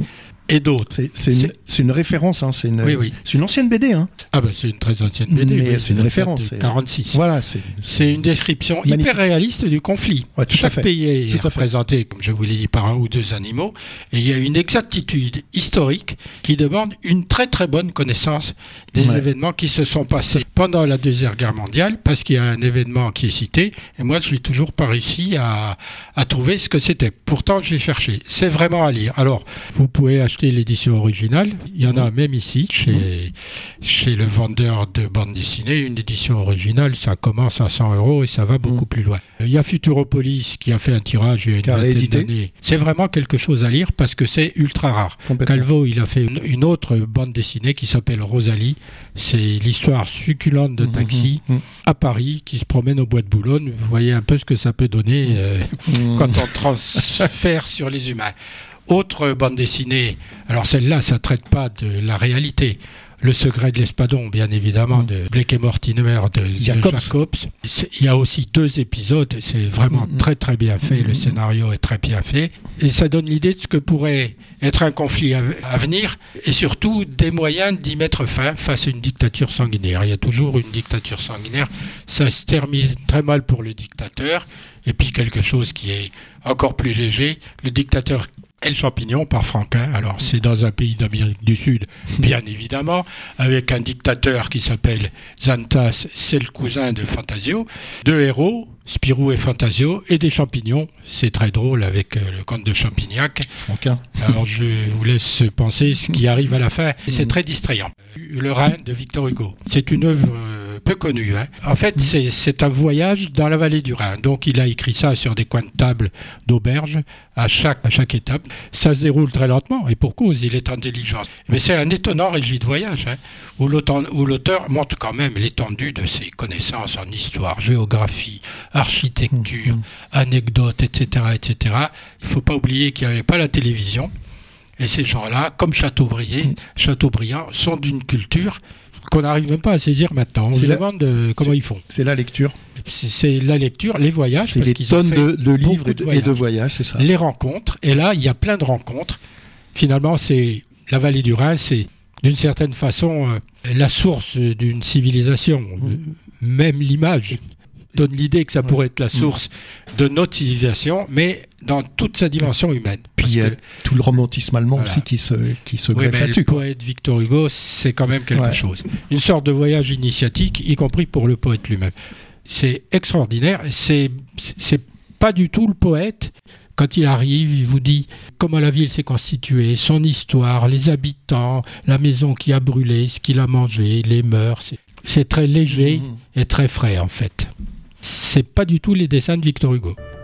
[SPEAKER 1] et d'autres.
[SPEAKER 2] C'est, c'est, une, c'est une référence, hein, c'est, une,
[SPEAKER 1] oui, oui.
[SPEAKER 2] c'est une ancienne B D. Hein.
[SPEAKER 1] Ah ben c'est une très ancienne B D,
[SPEAKER 2] mais
[SPEAKER 1] oui,
[SPEAKER 2] c'est une référence.
[SPEAKER 1] C'est quarante-six.
[SPEAKER 2] Voilà, c'est,
[SPEAKER 1] c'est... c'est une description magnifique. Hyper réaliste du conflit.
[SPEAKER 2] Ouais, tout
[SPEAKER 1] Chaque
[SPEAKER 2] à fait.
[SPEAKER 1] pays est
[SPEAKER 2] tout
[SPEAKER 1] représenté, comme je vous l'ai dit, par un ou deux animaux, et il y a une exactitude historique qui demande une très très bonne connaissance des ouais. événements qui se sont passés pendant la Deuxième Guerre mondiale, parce qu'il y a un événement qui est cité, et moi je n'ai toujours pas réussi à, à trouver ce que c'était. Pourtant j'ai cherché. C'est vraiment à lire. Alors, vous pouvez acheter l'édition originale, il y en a même ici, chez, mmh. chez le vendeur de bande dessinée, une édition originale, ça commence à cent euros et ça va beaucoup mmh. plus loin. Il y a Futuropolis qui a fait un tirage il y a une Car vingtaine réédité. d'années. C'est vraiment quelque chose à lire parce que c'est ultra rare. Calvo, il a fait une, une autre bande dessinée qui s'appelle Rosalie. C'est l'histoire succulente de taxi mmh, mmh. à Paris qui se promène au bois de Boulogne. Vous voyez un peu ce que ça peut donner euh, mmh. quand on transfère sur les humains. Autre bande dessinée, alors celle-là, ça ne traite pas de la réalité. Le secret de l'espadon, bien évidemment, mmh. de Blake et Mortimer de, de Jacobs. Jacobs. Il y a aussi deux épisodes, c'est vraiment mmh. très très bien fait, mmh. le scénario est très bien fait, et ça donne l'idée de ce que pourrait être un conflit à, à venir, et surtout des moyens d'y mettre fin face à une dictature sanguinaire. Il y a toujours une dictature sanguinaire, ça se termine très mal pour le dictateur, et puis quelque chose qui est encore plus léger, le dictateur et le champignon par Franquin. Alors c'est dans un pays d'Amérique du Sud, bien évidemment, avec un dictateur qui s'appelle Xanthas, c'est le cousin de Fantasio. Deux héros, Spirou et Fantasio, et des champignons. C'est très drôle avec euh, le comte de Champignac.
[SPEAKER 2] Franquin.
[SPEAKER 1] Alors je vous laisse penser ce qui arrive à la fin. Et c'est très distrayant. Le Rhin de Victor Hugo. C'est une œuvre euh, peu connue. Hein. En fait, c'est, c'est un voyage dans la vallée du Rhin. Donc il a écrit ça sur des coins de table d'auberge à chaque, à chaque étape. Ça se déroule très lentement, et pour cause, il est en diligence. Mais c'est un étonnant récit de voyage, hein, où, l'auteur, où l'auteur montre quand même l'étendue de ses connaissances en histoire, géographie, architecture, mmh. anecdotes, et cetera, et cetera. Il ne faut pas oublier qu'il n'y avait pas la télévision, et ces gens-là, comme Chateaubriand, mmh. Chateaubriand, sont d'une culture qu'on n'arrive même pas à saisir maintenant. On c'est se la... demande euh, comment
[SPEAKER 2] c'est...
[SPEAKER 1] ils font.
[SPEAKER 2] C'est la lecture.
[SPEAKER 1] C'est, c'est la lecture, les voyages.
[SPEAKER 2] C'est
[SPEAKER 1] parce
[SPEAKER 2] les
[SPEAKER 1] qu'ils
[SPEAKER 2] tonnes
[SPEAKER 1] ont fait
[SPEAKER 2] de, de livres et de,
[SPEAKER 1] voyages.
[SPEAKER 2] et de voyages, c'est ça.
[SPEAKER 1] Les rencontres, et là, il y a plein de rencontres. Finalement, c'est la vallée du Rhin, c'est d'une certaine façon euh, la source d'une civilisation. Mmh. Même l'image donne l'idée que ça pourrait être la source mmh. de notre civilisation, mais dans toute sa dimension humaine.
[SPEAKER 2] Puis il y a tout le romantisme allemand voilà. aussi qui se, qui se
[SPEAKER 1] oui,
[SPEAKER 2] greffe là-dessus.
[SPEAKER 1] Le poète Victor Hugo, c'est quand même quelque ouais. chose. Une sorte de voyage initiatique, y compris pour le poète lui-même. C'est extraordinaire. C'est, c'est pas du tout le poète. Quand il arrive, il vous dit comment la ville s'est constituée, son histoire, les habitants, la maison qui a brûlé, ce qu'il a mangé, les mœurs. C'est, c'est très léger mmh. et très frais, en fait. C'est pas du tout les dessins de Victor Hugo.